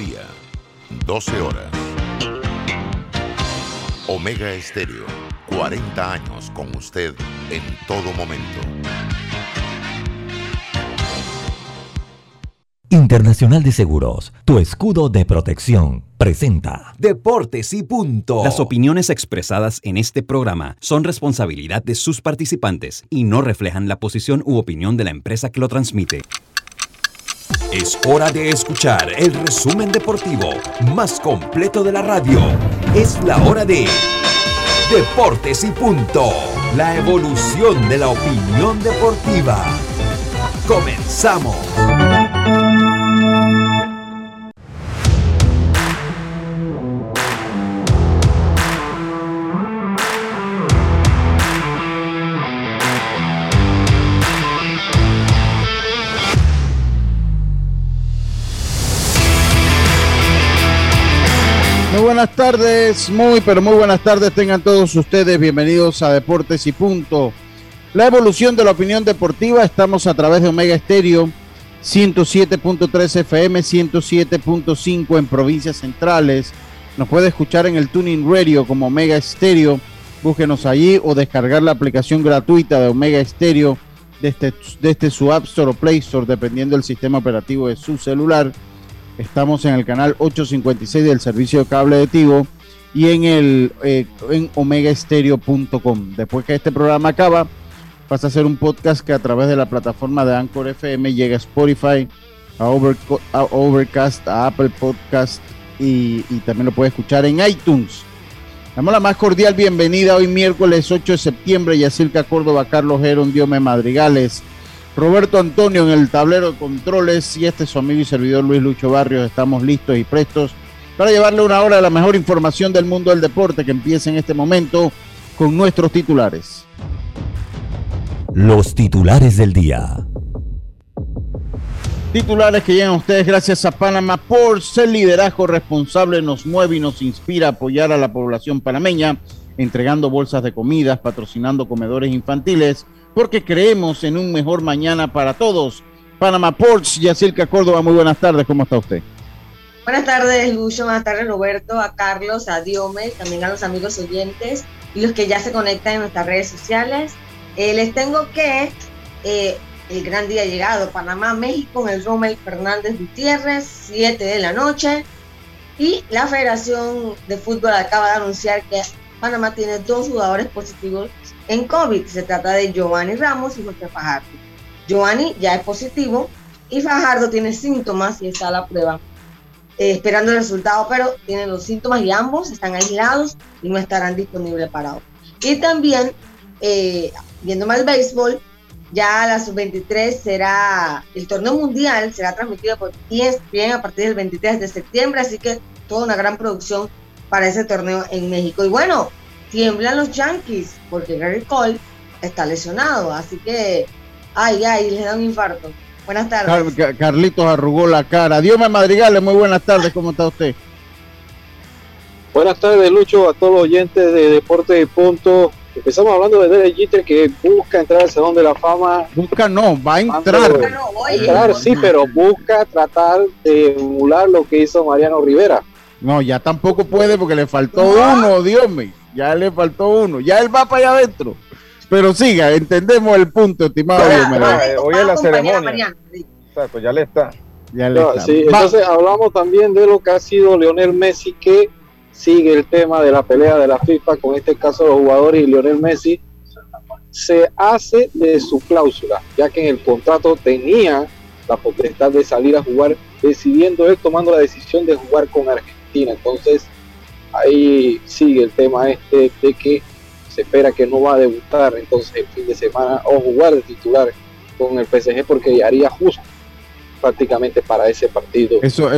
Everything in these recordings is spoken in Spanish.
mediodía, 12 horas. Omega Estéreo, 40 años con usted en todo momento. Internacional de Seguros, tu escudo de protección, presenta Deportes y Punto. Las opiniones expresadas en este programa son responsabilidad de sus participantes y no reflejan la posición u opinión de la empresa que lo transmite. Es hora de escuchar el resumen deportivo más completo de la radio. Es la hora de Deportes y Punto. La evolución de la opinión deportiva. ¡Comenzamos! Buenas tardes, muy buenas tardes tengan todos ustedes, bienvenidos a Deportes y Punto. La evolución de la opinión deportiva, estamos a través de Omega Estéreo, 107.3 FM, 107.5 en provincias centrales. Nos puede escuchar en el Tuning Radio como Omega Estéreo, búsquenos allí o descargar la aplicación gratuita de Omega Estéreo desde su App Store o Play Store, dependiendo del sistema operativo de su celular. Estamos en el canal 856 del servicio de cable de Tigo y en omegaestereo.com. Después que este programa acaba, pasa a ser un podcast que a través de la plataforma de Anchor FM llega a Spotify, a Overcast, a Apple Podcast y también lo puede escuchar en iTunes. Damos la más cordial bienvenida hoy miércoles 8 de septiembre, Yacirca Córdoba, Carlos Gerón, Diome Madrigales, Roberto Antonio en el tablero de controles y su amigo y servidor Luis Lucho Barrios. Estamos listos y prestos para llevarle una hora de la mejor información del mundo del deporte que empieza en este momento con nuestros titulares. Los titulares del día. Titulares que llegan a ustedes gracias a Panama Ports. El liderazgo responsable nos mueve y nos inspira a apoyar a la población panameña, entregando bolsas de comidas, patrocinando comedores infantiles, porque creemos en un mejor mañana para todos. Panama Ports, Yacirca Córdoba, muy buenas tardes, ¿cómo está usted? Buenas tardes, Lucho, buenas tardes, Roberto, a Carlos, a Diome, también a los amigos oyentes y los que ya se conectan en nuestras redes sociales. Les tengo que el gran día ha llegado, Panamá, México, en el Rommel Fernández Gutiérrez, 7 de la noche, y la Federación de Fútbol acaba de anunciar que Panamá tiene 2 jugadores positivos en COVID. Se trata de Giovanni Ramos y José Fajardo. Giovanni ya es positivo y Fajardo tiene síntomas y está a la prueba esperando el resultado, pero tienen los síntomas y ambos están aislados y no estarán disponibles para hoy. Y también, viendo más béisbol, ya la sub-23 será, el torneo mundial será transmitido por ESPN a partir del 23 de septiembre, así que toda una gran producción para ese torneo en México. Y bueno, tiemblan los Yankees porque Gary Cole está lesionado, así que les da un infarto. Buenas tardes. Carlitos arrugó la cara. Diome Madrigales, muy buenas tardes, ¿cómo está usted? Buenas tardes, Lucho, a todos los oyentes de Deportes y Punto. Empezamos hablando de Derek Jeter, que busca entrar al Salón de la Fama. Busca no, va a entrar. Sí, pero busca tratar de emular lo que hizo Mariano Rivera. No, ya tampoco puede porque le faltó uno, Dios mío. Ya le faltó uno. Ya él va para allá adentro. Pero siga, entendemos el punto, estimado. Hoy es la ceremonia. Exacto, ya le está. Sí, entonces hablamos también de lo que ha sido Lionel Messi, que sigue el tema de la pelea de la FIFA con este caso de los jugadores, y Lionel Messi se hace de su cláusula, ya que en el contrato tenía la potestad de salir a jugar, decidiendo él, tomando la decisión de jugar con Argentina. Entonces ahí sigue el tema de que se espera que no va a debutar entonces el fin de semana o jugar de titular con el PSG, porque haría justo prácticamente para ese partido.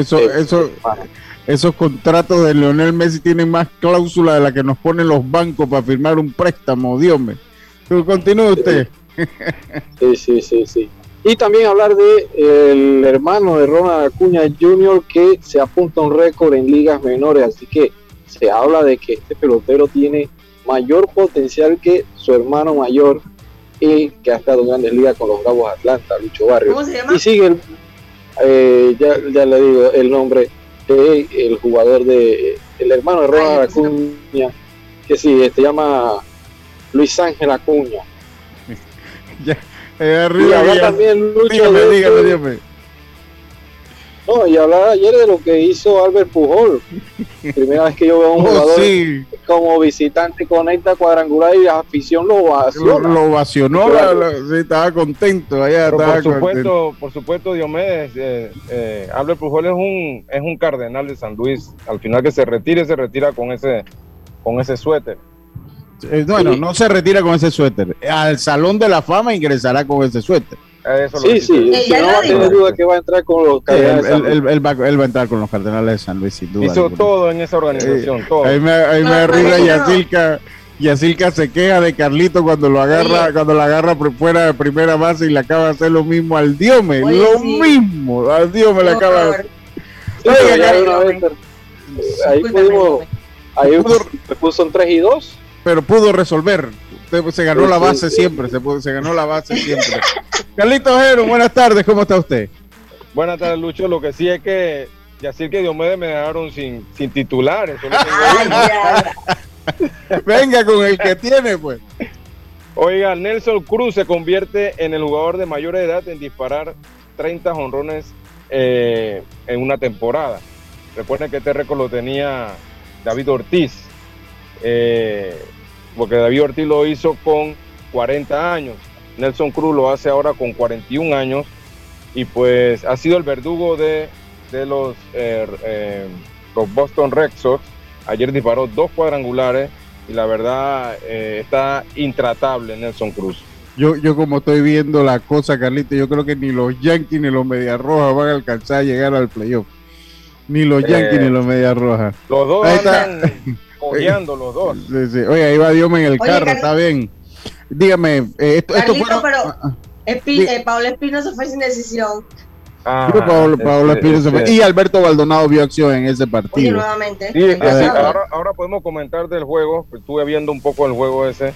Esos contratos de Lionel Messi tienen más cláusula de la que nos ponen los bancos para firmar un préstamo, Dios mío. Pero continúe usted. Sí. Y también hablar de el hermano de Ronald Acuña Jr., que se apunta a un récord en ligas menores, así que se habla de que este pelotero tiene mayor potencial que su hermano mayor, y que ha estado en Grandes Ligas con los Bravos de Atlanta, Lucho Barrios. ¿Cómo se llama? Y sigue ya le digo el nombre, el jugador el hermano de Ronald Acuña, que sí, se llama Luis Ángel Acuña. Arriba, y hablar también, Lucho, dígame. No, y hablar ayer de lo que hizo Albert Pujol. Primera vez que yo veo a un jugador como visitante conecta cuadrangular y la afición lo ovaciona. Lo ovacionó, sí, estaba contento. Allá por supuesto, Diomedes, Albert Pujol es un cardenal de San Luis. Al final que se retira con ese suéter. Bueno, no se retira con ese suéter. Al Salón de la Fama ingresará con ese suéter. Sí. Si no va a tener duda que va a entrar con los Cardenales. Él va a entrar con los Cardenales de San Luis, sin duda. Hizo todo en esa organización, todo. Ahí me arriba Yacilca se queja de Carlito cuando lo agarra por fuera de primera base y le acaba de hacer lo mismo al Diome. Mismo, al Diome le acaba de hacer. Ahí puso 3-2. Pero pudo resolver. Se ganó la base siempre. Se ganó la base siempre. Carlito Ojero, buenas tardes. ¿Cómo está usted? Buenas tardes, Lucho. Lo que sí es que Yacirca y Diomedes me dejaron sin titulares. Venga con el que tiene, pues. Oiga, Nelson Cruz se convierte en el jugador de mayor edad en disparar 30 jonrones en una temporada. Recuerden que este récord lo tenía David Ortiz. Porque David Ortiz lo hizo con 40 años, Nelson Cruz lo hace ahora con 41 años y pues ha sido el verdugo de los Boston Red Sox. Ayer disparó 2 cuadrangulares y la verdad está intratable Nelson Cruz. Yo como estoy viendo la cosa, Carlito, yo creo que ni los Yankees ni los Medias Rojas van a alcanzar a llegar al playoff. Ni los Yankees ni los Medias Rojas. Los dos están cojeando los dos. Sí. Oye, ahí va Diome en el carro, está bien. Dígame, esto pero Pablo Espino fue sin decisión. Pablo Espino se fue. Y Alberto Baldonado vio acción en ese partido. Oye, nuevamente. Sí, ahora podemos comentar del juego. Estuve viendo un poco el juego ese.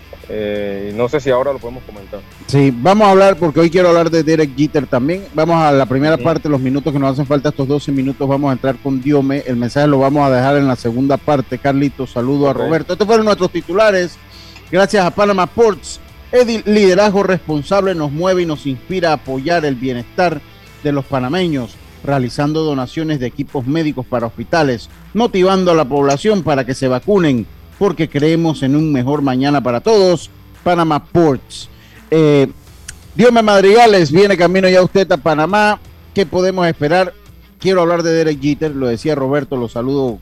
No sé si ahora lo podemos comentar. Sí, vamos a hablar, porque hoy quiero hablar de Derek Jeter también. Vamos a la primera parte, los minutos que nos hacen falta, estos 12 minutos, vamos a entrar con Diome. El mensaje lo vamos a dejar en la segunda parte. Carlitos, saludo a Roberto. Estos fueron nuestros titulares. Gracias a Panama Ports. El liderazgo responsable nos mueve y nos inspira a apoyar el bienestar de los panameños, realizando donaciones de equipos médicos para hospitales, motivando a la población para que se vacunen, porque creemos en un mejor mañana para todos. Panama Ports. Diome Madrigales, viene camino ya usted a Panamá. ¿Qué podemos esperar? Quiero hablar de Derek Jeter, lo decía Roberto, lo saludo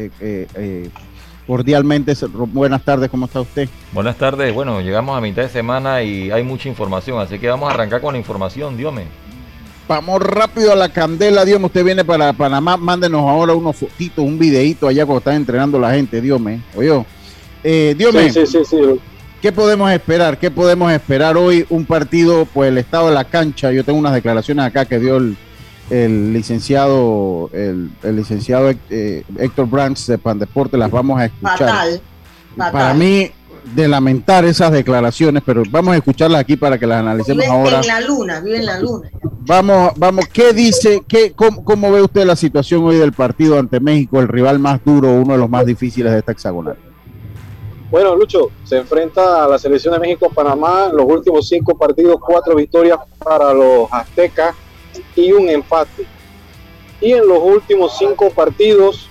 cordialmente. Buenas tardes, ¿cómo está usted? Buenas tardes, bueno, llegamos a mitad de semana y hay mucha información, así que vamos a arrancar con la información, Diome. Vamos rápido a la candela, Diome, usted viene para Panamá, mándenos ahora unos fotitos, un videito allá cuando están entrenando la gente, Diome, oye. Diome, sí. ¿Qué podemos esperar? ¿Qué podemos esperar hoy? Un partido, pues el estado de la cancha, yo tengo unas declaraciones acá que dio el licenciado Héctor Branch de Pandeporte, las vamos a escuchar. Fatal. Para mí, de lamentar esas declaraciones, pero vamos a escucharlas aquí para que las analicemos ahora. Vive en la luna. Vamos, ¿qué dice? ¿Cómo ve usted la situación hoy del partido ante México, el rival más duro, uno de los más difíciles de esta hexagonal? Bueno, Lucho, se enfrenta a la selección de México, Panamá, en los últimos 5 partidos, 4 victorias para los aztecas y un empate. Y en los últimos 5 partidos,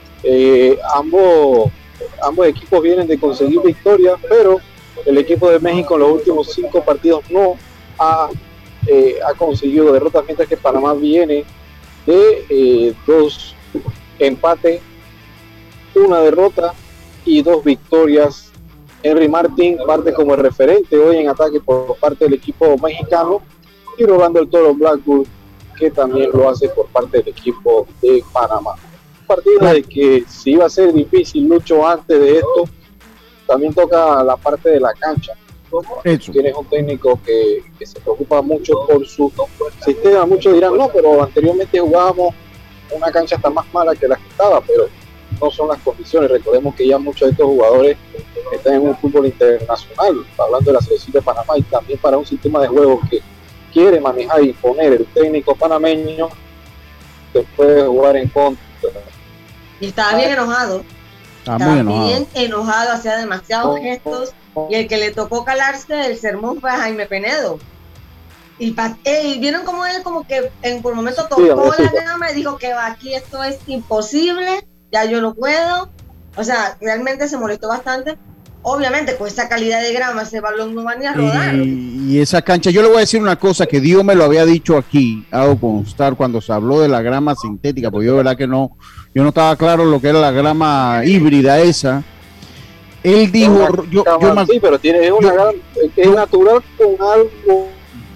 ambos equipos vienen de conseguir victorias, pero el equipo de México en los últimos 5 partidos no ha conseguido derrotas, mientras que Panamá viene de 2 empates, 1 derrota y 2 victorias. Henry Martín parte como el referente hoy en ataque por parte del equipo mexicano, y Rolando el Toro Blackwood, que también lo hace por parte del equipo de Panamá. Un partido de que si iba a ser difícil, Lucho, antes de esto, también toca la parte de la cancha. Tienes un técnico que se preocupa mucho por su sistema. Muchos dirán, no, pero anteriormente jugábamos una cancha hasta más mala que la que estaba, pero no son las condiciones. Recordemos que ya muchos de estos jugadores están en un fútbol internacional, hablando de la selección de Panamá, y también para un sistema de juego que quiere manejar y poner el técnico panameño, te puede jugar en contra. Y estaba bien enojado. Estaba muy bien enojado, hacía demasiados gestos. Y el que le tocó calarse el sermón fue a Jaime Penedo. Y vieron como él, como que por un momento tocó la grama y dijo que aquí esto es imposible, ya yo no puedo. O sea, realmente se molestó bastante. Obviamente, con esa calidad de grama, ese balón no va ni a rodar. Y esa cancha, yo le voy a decir una cosa que Dios me lo había dicho aquí, hago constar, cuando se habló de la grama sintética, porque yo verdad que yo no estaba claro lo que era la grama híbrida esa. Él dijo, sí, pero es natural con algo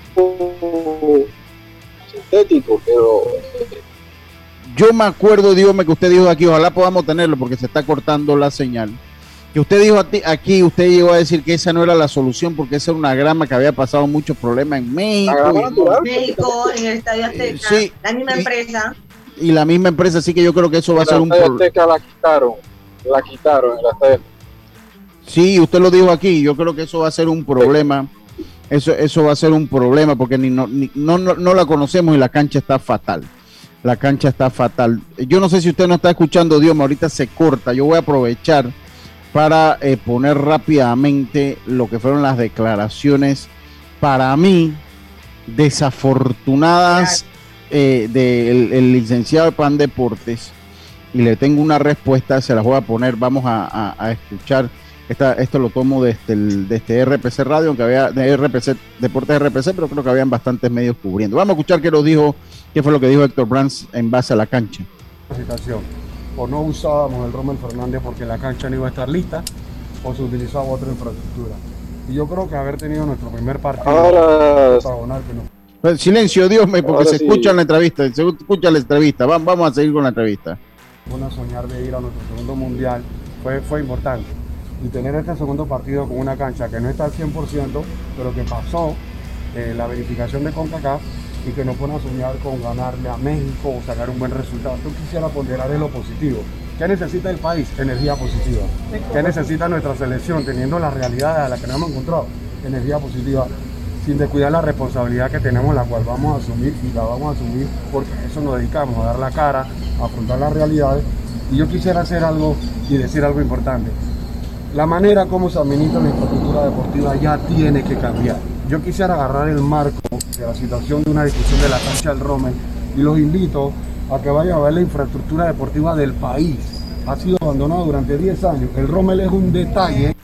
sintético, pero yo me acuerdo, Dios me que usted dijo aquí, ojalá podamos tenerlo porque se está cortando la señal. Que usted dijo aquí, usted llegó a decir que esa no era la solución porque esa era una grama que había pasado muchos problemas en México. México, en el Estadio Azteca, sí, la misma empresa. Y la misma empresa, así que yo creo que eso va a ser un problema. La quitaron en la Estadio. Sí, usted lo dijo aquí, yo creo que eso va a ser un problema. Eso va a ser un problema porque no la conocemos y la cancha está fatal. La cancha está fatal. Yo no sé si usted no está escuchando, Dios, ahorita se corta. Yo voy a aprovechar para poner rápidamente lo que fueron las declaraciones, para mí, desafortunadas del licenciado de PAN Deportes. Y le tengo una respuesta, se las voy a poner, vamos a escuchar. Esto lo tomo de este RPC Radio, aunque había de RPC, Deportes RPC, pero creo que habían bastantes medios cubriendo. Vamos a escuchar qué fue lo que dijo Héctor Brands en base a la cancha. O no usábamos el Rommel Fernández porque la cancha no iba a estar lista, o se utilizaba otra infraestructura. Y yo creo que haber tenido nuestro primer partido silencio, Dios mío, porque se escucha la entrevista, vamos a seguir con la entrevista. Una soñar de ir a nuestro segundo mundial fue importante. Y tener este segundo partido con una cancha que no está al 100%, pero que pasó la verificación de CONCACAF y que nos pone a soñar con ganarle a México o sacar un buen resultado. Yo quisiera ponderar en lo positivo. ¿Qué necesita el país? Energía positiva. ¿Qué necesita nuestra selección teniendo la realidad a la que nos hemos encontrado? Energía positiva, sin descuidar la responsabilidad que tenemos, la cual vamos a asumir y la vamos a asumir porque a eso nos dedicamos, a dar la cara, a afrontar las realidades. Y yo quisiera hacer algo y decir algo importante. La manera como se administra la infraestructura deportiva ya tiene que cambiar. Yo quisiera agarrar el marco de la situación de una discusión de la cancha del Rommel y los invito a que vayan a ver la infraestructura deportiva del país. Ha sido abandonado durante 10 años. El Rommel es un detalle.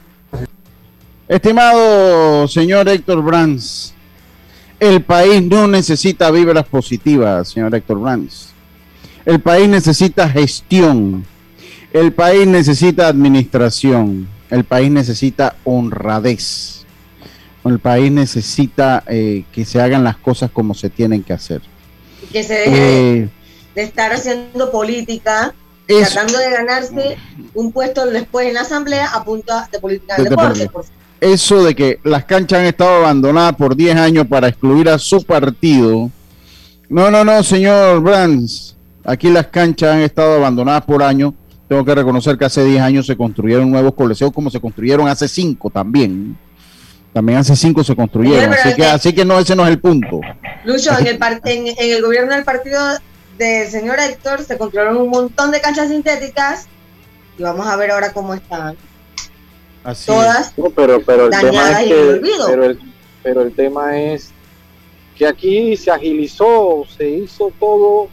Estimado señor Héctor Brands, el país no necesita vibras positivas, señor Héctor Brands. El país necesita gestión. El país necesita administración. El país necesita honradez. El país necesita que se hagan las cosas como se tienen que hacer. Que se deje de estar haciendo política, tratando de ganarse un puesto después en la asamblea a punta de política del deporte. Eso de que las canchas han estado abandonadas por 10 años para excluir a su partido. No, señor Brands. Aquí las canchas han estado abandonadas por años. Tengo que reconocer que hace 10 años se construyeron nuevos coliseos, como se construyeron hace 5 también. También hace 5 se construyeron, así que no, ese no es el punto. Lucho, en el gobierno del partido del señor Héctor se construyeron un montón de canchas sintéticas y vamos a ver ahora cómo están. Así todas no, pero dañadas y en el olvido. Pero el tema es que aquí se agilizó, se hizo todo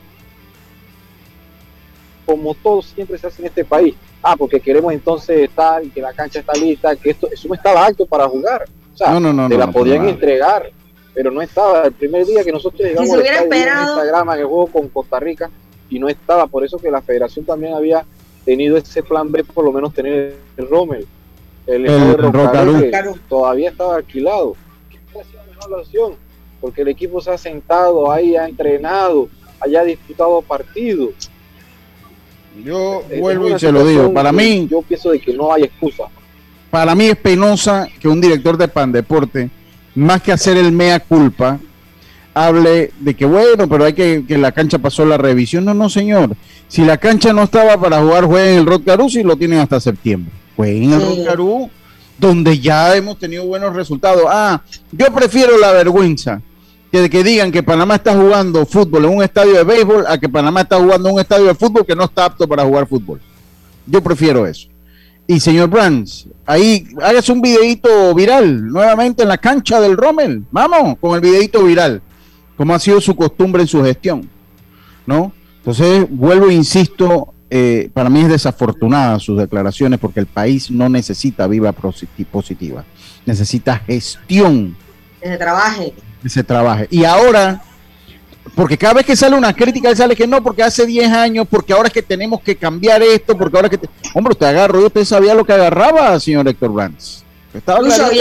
como todo siempre se hace en este país. Porque queremos entonces estar y que la cancha está lista, que eso no estaba apto para jugar. O sea, la podían entregar, pero no estaba. El primer día que nosotros llegamos si se hubiera a Instagram en el juego con Costa Rica y no estaba, por eso que la federación también había tenido ese plan B, por lo menos tener el Rommel, el Rocarú, que todavía estaba alquilado. ¿Qué ha sido la mejor opción? Porque el equipo se ha sentado ahí, ha entrenado, haya disputado partidos. Yo vuelvo y se lo digo, para mí, yo pienso de que no hay excusa. Para mí es penosa que un director de PAN Deporte, más que hacer el mea culpa, hable de que bueno, pero hay que la cancha pasó la revisión. No, señor. Si la cancha no estaba para jugar, jueguen en el Rocarú, si lo tienen hasta septiembre. Jueguen en el Rocarú, donde ya hemos tenido buenos resultados. Yo prefiero la vergüenza que digan que Panamá está jugando fútbol en un estadio de béisbol a que Panamá está jugando en un estadio de fútbol que no está apto para jugar fútbol. Yo prefiero eso. Y señor Brands, ahí hágase un videíto viral nuevamente en la cancha del Rommel. Vamos con el videíto viral, como ha sido su costumbre en su gestión, ¿no? Entonces, vuelvo e insisto, para mí es desafortunada sus declaraciones porque el país no necesita viva positiva, necesita gestión. Que se trabaje. Y ahora, porque cada vez que sale una crítica, sale que no, porque hace 10 años, porque ahora es que tenemos que cambiar esto, porque ahora es que... Hombre, usted agarró y usted sabía lo que agarraba, señor Héctor Brands. Y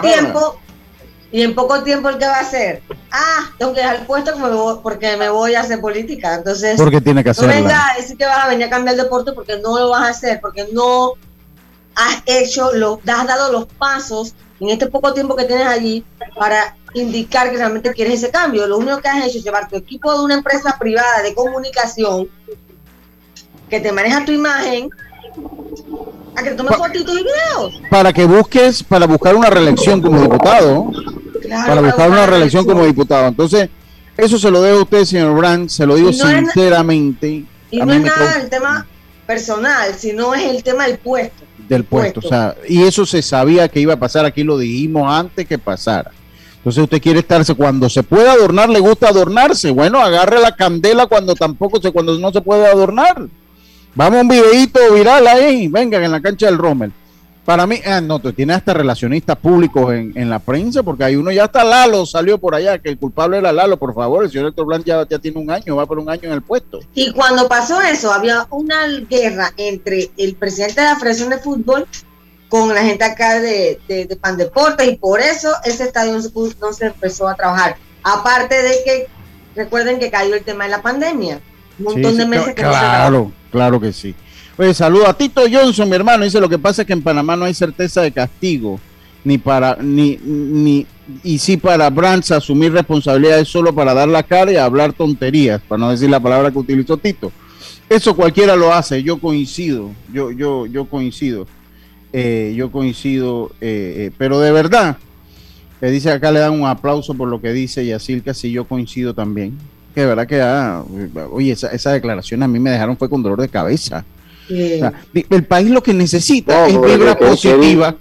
en poco tiempo, ¿el qué va a hacer? Tengo que dejar el puesto porque me voy a hacer política. Entonces, porque tiene que hacerla. No venga a decir que vas a venir a cambiar el deporte porque no lo vas a hacer, porque no has dado los pasos en este poco tiempo que tienes allí para indicar que realmente quieres ese cambio. Lo único que has hecho es llevar tu equipo de una empresa privada de comunicación que te maneja tu imagen a que tomes fotitos y videos. Para buscar una reelección como diputado. Claro, para buscar una reelección como diputado. Entonces, eso se lo dejo a usted, señor Brandt, se lo digo sinceramente. Y no es nada el tema personal, sino es el tema del puesto. Del puesto, o sea, y eso se sabía que iba a pasar, aquí lo dijimos antes que pasara. Entonces usted quiere estarse, cuando se puede adornar, le gusta adornarse. Bueno, agarre la candela cuando no se puede adornar. Vamos a un videíto viral ahí, vengan en la cancha del Rommel. Para mí, tú tienes hasta relacionistas públicos en la prensa, porque hay uno, ya hasta Lalo salió por allá, que el culpable era Lalo, por favor, el señor Héctor Blanc ya tiene un año, va por un año en el puesto. Y cuando pasó eso, había una guerra entre el presidente de la Federación de Fútbol con la gente acá de Pandeportes, y por eso ese estadio no se empezó a trabajar. Aparte de que, recuerden que cayó el tema de la pandemia, un montón de meses que no se trabajó. Claro que sí. Oye, saludo a Tito Johnson, mi hermano. Dice: lo que pasa es que en Panamá no hay certeza de castigo, y sí para Brands asumir responsabilidades solo para dar la cara y hablar tonterías, para no decir la palabra que utilizó Tito. Eso cualquiera lo hace, yo coincido, yo coincido, pero de verdad, dice acá, le dan un aplauso por lo que dice Yacirca, sí, yo coincido también. Que de verdad que, oye, esa declaración a mí me dejaron fue con dolor de cabeza. O sea, el país lo que necesita es vibra positiva.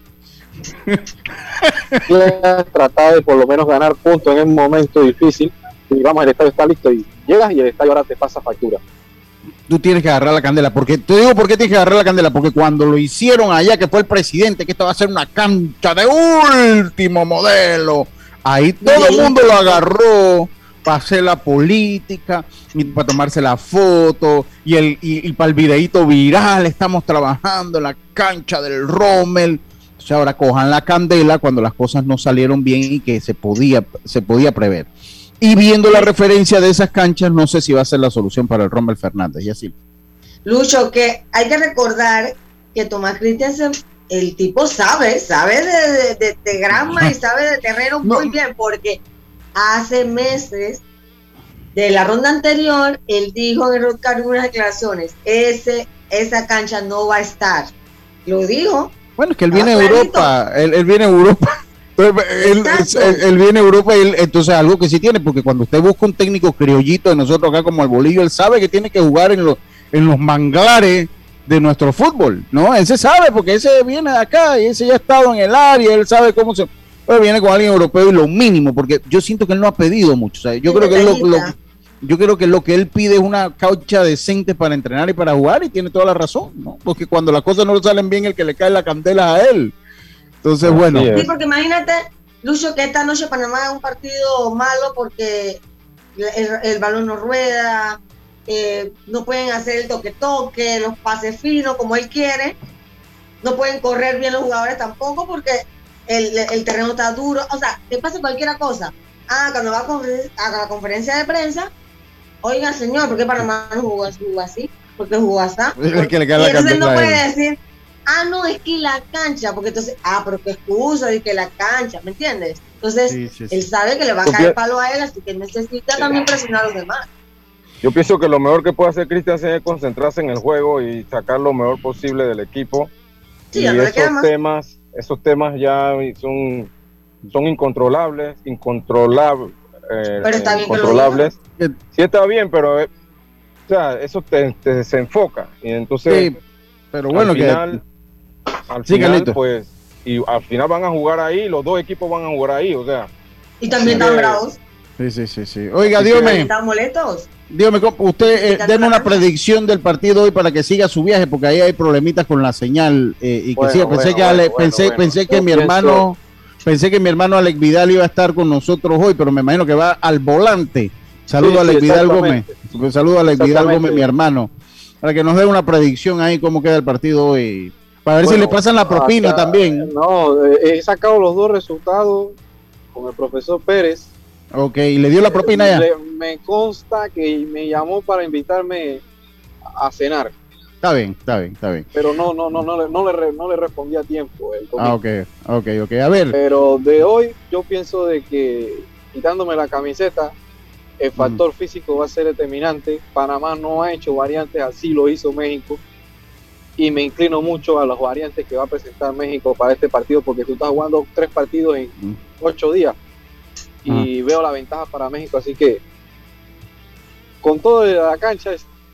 Tratar de por lo menos ganar puntos en un momento difícil. Y vamos, el estadio está listo y llegas y el estadio ahora te pasa factura. Tú tienes que agarrar la candela. Porque te digo por qué tienes que agarrar la candela. Porque cuando lo hicieron allá, que fue el presidente, que esto va a ser una cancha de último modelo, ahí todo el mundo lo agarró para hacer la política y para tomarse la foto y para el videíto viral. Estamos trabajando en la cancha del Rommel. O sea, ahora cojan la candela cuando las cosas no salieron bien y que se podía prever. Y viendo la referencia de esas canchas, no sé si va a ser la solución para el Rommel Fernández. Y así. Lucho, que hay que recordar que Tomás Christiansen, el tipo sabe de grama y sabe de terreno muy bien, porque hace meses de la ronda anterior, él dijo en algunas declaraciones, esa cancha no va a estar. Lo dijo. Bueno, es que él viene a Europa, él viene a Europa. Él viene a Europa y entonces algo que sí tiene, porque cuando usted busca un técnico criollito de nosotros acá como el Bolillo, él sabe que tiene que jugar en los manglares de nuestro fútbol, ¿no? Ese sabe, porque ese viene de acá y ese ya ha estado en el área, él sabe cómo se... Pero viene con alguien europeo y lo mínimo, porque yo siento que él no ha pedido mucho. O sea, yo creo que lo que él pide es una cancha decente para entrenar y para jugar, y tiene toda la razón, ¿no? Porque cuando las cosas no le salen bien, el que le cae la candela a él. Entonces, bueno. Sí, porque imagínate, Lucho, que esta noche Panamá es un partido malo porque el balón no rueda, no pueden hacer el toque-toque, los pases finos como él quiere, no pueden correr bien los jugadores tampoco porque el terreno está duro. O sea, te pasa cualquier cosa. Cuando va a la conferencia de prensa, oiga, señor, ¿por qué Panamá no jugó así? ¿Por qué jugó así? Entonces no puede decir, no, es que la cancha, porque entonces, pero qué excusa de que la cancha, ¿me entiendes? Entonces, sí. Él sabe que le va a caer palo a él, así que necesita también presionar a los demás. Yo pienso que lo mejor que puede hacer Christiansen es concentrarse en el juego y sacar lo mejor posible del equipo. Sí, y esos temas ya son incontrolables, pero está bien controlables. Sí está bien, pero o sea, eso te desenfoca. Y entonces, sí, pero bueno, al final, pues, y al final van a jugar ahí, los dos equipos van a jugar ahí, o sea. Y también están bravos. Sí. Oiga, dígame. ¿Están moletos? Dígame, usted denme una predicción del partido hoy para que siga su viaje, porque ahí hay problemitas con la señal y que siga. Pensé que mi hermano Alex Vidal iba a estar con nosotros hoy, pero me imagino que va al volante. Saludo a Alex Vidal Gómez. Saludo a Alex Vidal Gómez, mi hermano, para que nos dé una predicción ahí cómo queda el partido hoy. Para ver si le pasan la propina también. No, he sacado los dos resultados con el profesor Pérez. Ok, ¿y le dio la propina ya? Me consta que me llamó para invitarme a cenar. Está bien. Pero no le respondí a tiempo. Ok. A ver. Pero de hoy yo pienso de que quitándome la camiseta, el factor físico va a ser determinante. Panamá no ha hecho variantes, así lo hizo México. Y me inclino mucho a las variantes que va a presentar México para este partido, porque tú estás jugando 3 partidos en 8 días. Y veo la ventaja para México, así que con todo de la cancha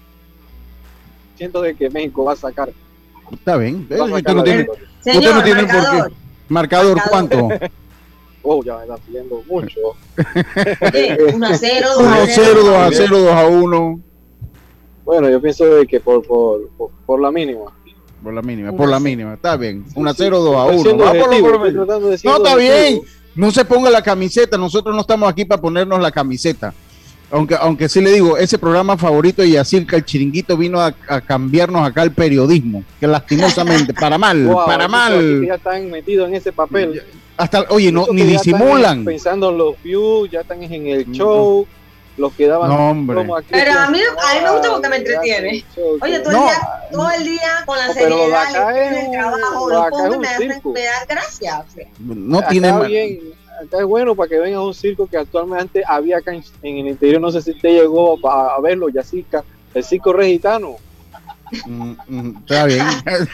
siento de que México va a sacar. Está bien. Usted no tiene el porqué. ¿Marcador cuánto? Ya me está pidiendo mucho. 1-0, 2-0, 2-0, 2-1. Bueno, yo pienso de que por la mínima. Por la mínima, está bien. 1-0, 2-1. No, está bien. No se ponga la camiseta, nosotros no estamos aquí para ponernos la camiseta. Aunque sí le digo, ese programa favorito de Yacirca, el Chiringuito, vino a cambiarnos acá el periodismo, que lastimosamente, para mal. Ya están metidos en ese papel. Hasta, oye, no, ni disimulan. Pensando en los views, ya están en el show, los que daban. No, hombre. Pero a mí me gusta porque me entretiene. Oye, todo el día con la seriedad, el trabajo, los puntos me dan gracia. No tiene más. Acá es bueno para que venga un circo que actualmente había acá en el interior. No sé si usted llegó a verlo, Yacirca, el circo regitano. Está bien.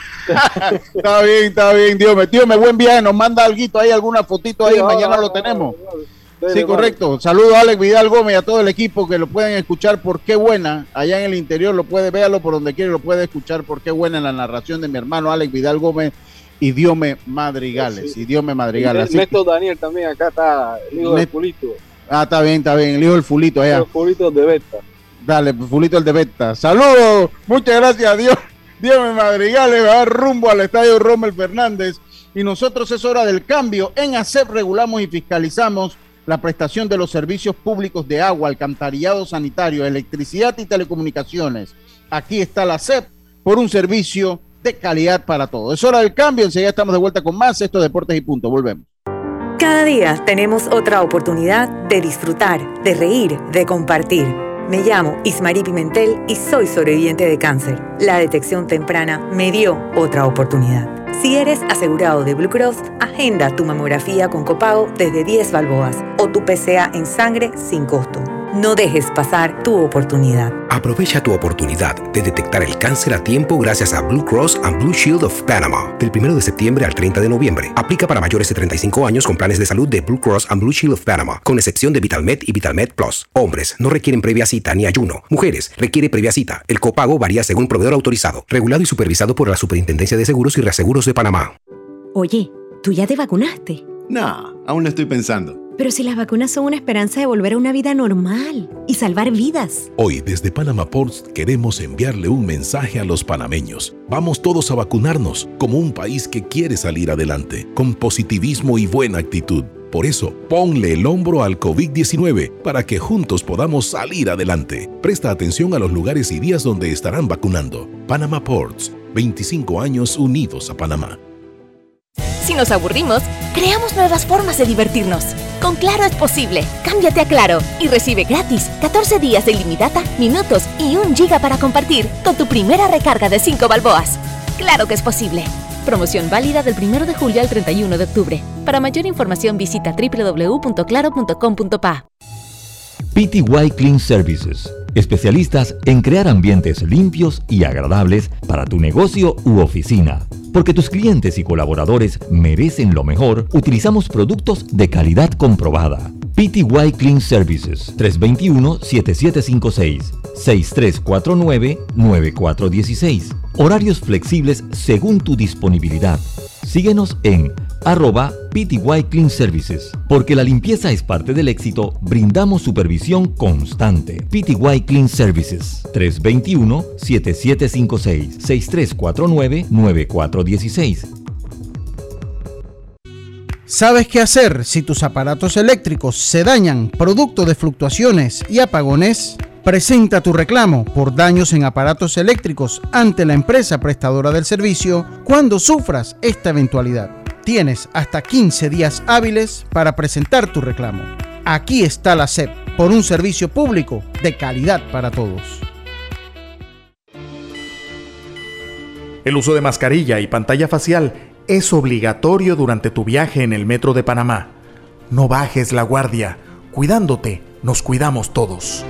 Está bien, Tío, me buen viaje, nos manda alguito ahí, alguna fotito ahí, mañana lo tenemos. Sí, correcto. Saludos a Alex Vidal Gómez y a todo el equipo que lo pueden escuchar por Qué Buena. Allá en el interior véalo por donde quiera, lo puede escuchar por Qué Buena en la narración de mi hermano Alex Vidal Gómez y Diome Madrigales. Y Néstor Daniel también, acá está el hijo del Fulito. Está bien, el hijo del Fulito allá. El Fulito de Beta. Dale, Fulito el de Beta. Saludos, muchas gracias a Dios. Diome Madrigales va rumbo al estadio Rommel Fernández. Y nosotros es hora del cambio. En ASEP regulamos y fiscalizamos la prestación de los servicios públicos de agua, alcantarillado sanitario, electricidad y telecomunicaciones. Aquí está la ASEP por un servicio de calidad para todos. Es hora del cambio, enseguida estamos de vuelta con más. Esto es Deportes y Punto, volvemos. Cada día tenemos otra oportunidad de disfrutar, de reír, de compartir. Me llamo Ismarí Pimentel y soy sobreviviente de cáncer. La detección temprana me dio otra oportunidad. Si eres asegurado de Blue Cross, agenda tu mamografía con copago desde 10 balboas o tu PCA en sangre sin costo. No dejes pasar tu oportunidad. Aprovecha tu oportunidad de detectar el cáncer a tiempo gracias a Blue Cross and Blue Shield of Panama. Del 1 de septiembre al 30 de noviembre. Aplica para mayores de 35 años con planes de salud de Blue Cross and Blue Shield of Panama, con excepción de VitalMed y VitalMed Plus. Hombres no requieren previa cita ni ayuno. Mujeres requiere previa cita. El copago varía según proveedor autorizado. Regulado y supervisado por la Superintendencia de Seguros y Reaseguros de Panamá. Oye, ¿tú ya te vacunaste? No, aún lo estoy pensando. Pero si las vacunas son una esperanza de volver a una vida normal y salvar vidas. Hoy desde Panama Ports queremos enviarle un mensaje a los panameños. Vamos todos a vacunarnos como un país que quiere salir adelante, con positivismo y buena actitud. Por eso, ponle el hombro al COVID-19 para que juntos podamos salir adelante. Presta atención a los lugares y días donde estarán vacunando. Panama Ports, 25 años unidos a Panamá. Si nos aburrimos, creamos nuevas formas de divertirnos. Con Claro es posible. Cámbiate a Claro y recibe gratis 14 días de ilimitada, minutos y 1 giga para compartir con tu primera recarga de 5 balboas. Claro que es posible. Promoción válida del 1 de julio al 31 de octubre. Para mayor información visita www.claro.com.pa. PTY Clean Services, especialistas en crear ambientes limpios y agradables para tu negocio u oficina. Porque tus clientes y colaboradores merecen lo mejor, utilizamos productos de calidad comprobada. PTY Clean Services, 321-7756, 6349-9416. Horarios flexibles según tu disponibilidad. Síguenos en @PTY Clean Services. Porque la limpieza es parte del éxito, brindamos supervisión constante. PTY Clean Services, 321-7756, 6349-9416. ¿Sabes qué hacer si tus aparatos eléctricos se dañan producto de fluctuaciones y apagones? Presenta tu reclamo por daños en aparatos eléctricos ante la empresa prestadora del servicio cuando sufras esta eventualidad. Tienes hasta 15 días hábiles para presentar tu reclamo. Aquí está la SEP, por un servicio público de calidad para todos. El uso de mascarilla y pantalla facial es obligatorio durante tu viaje en el Metro de Panamá. No bajes la guardia. Cuidándote, nos cuidamos todos.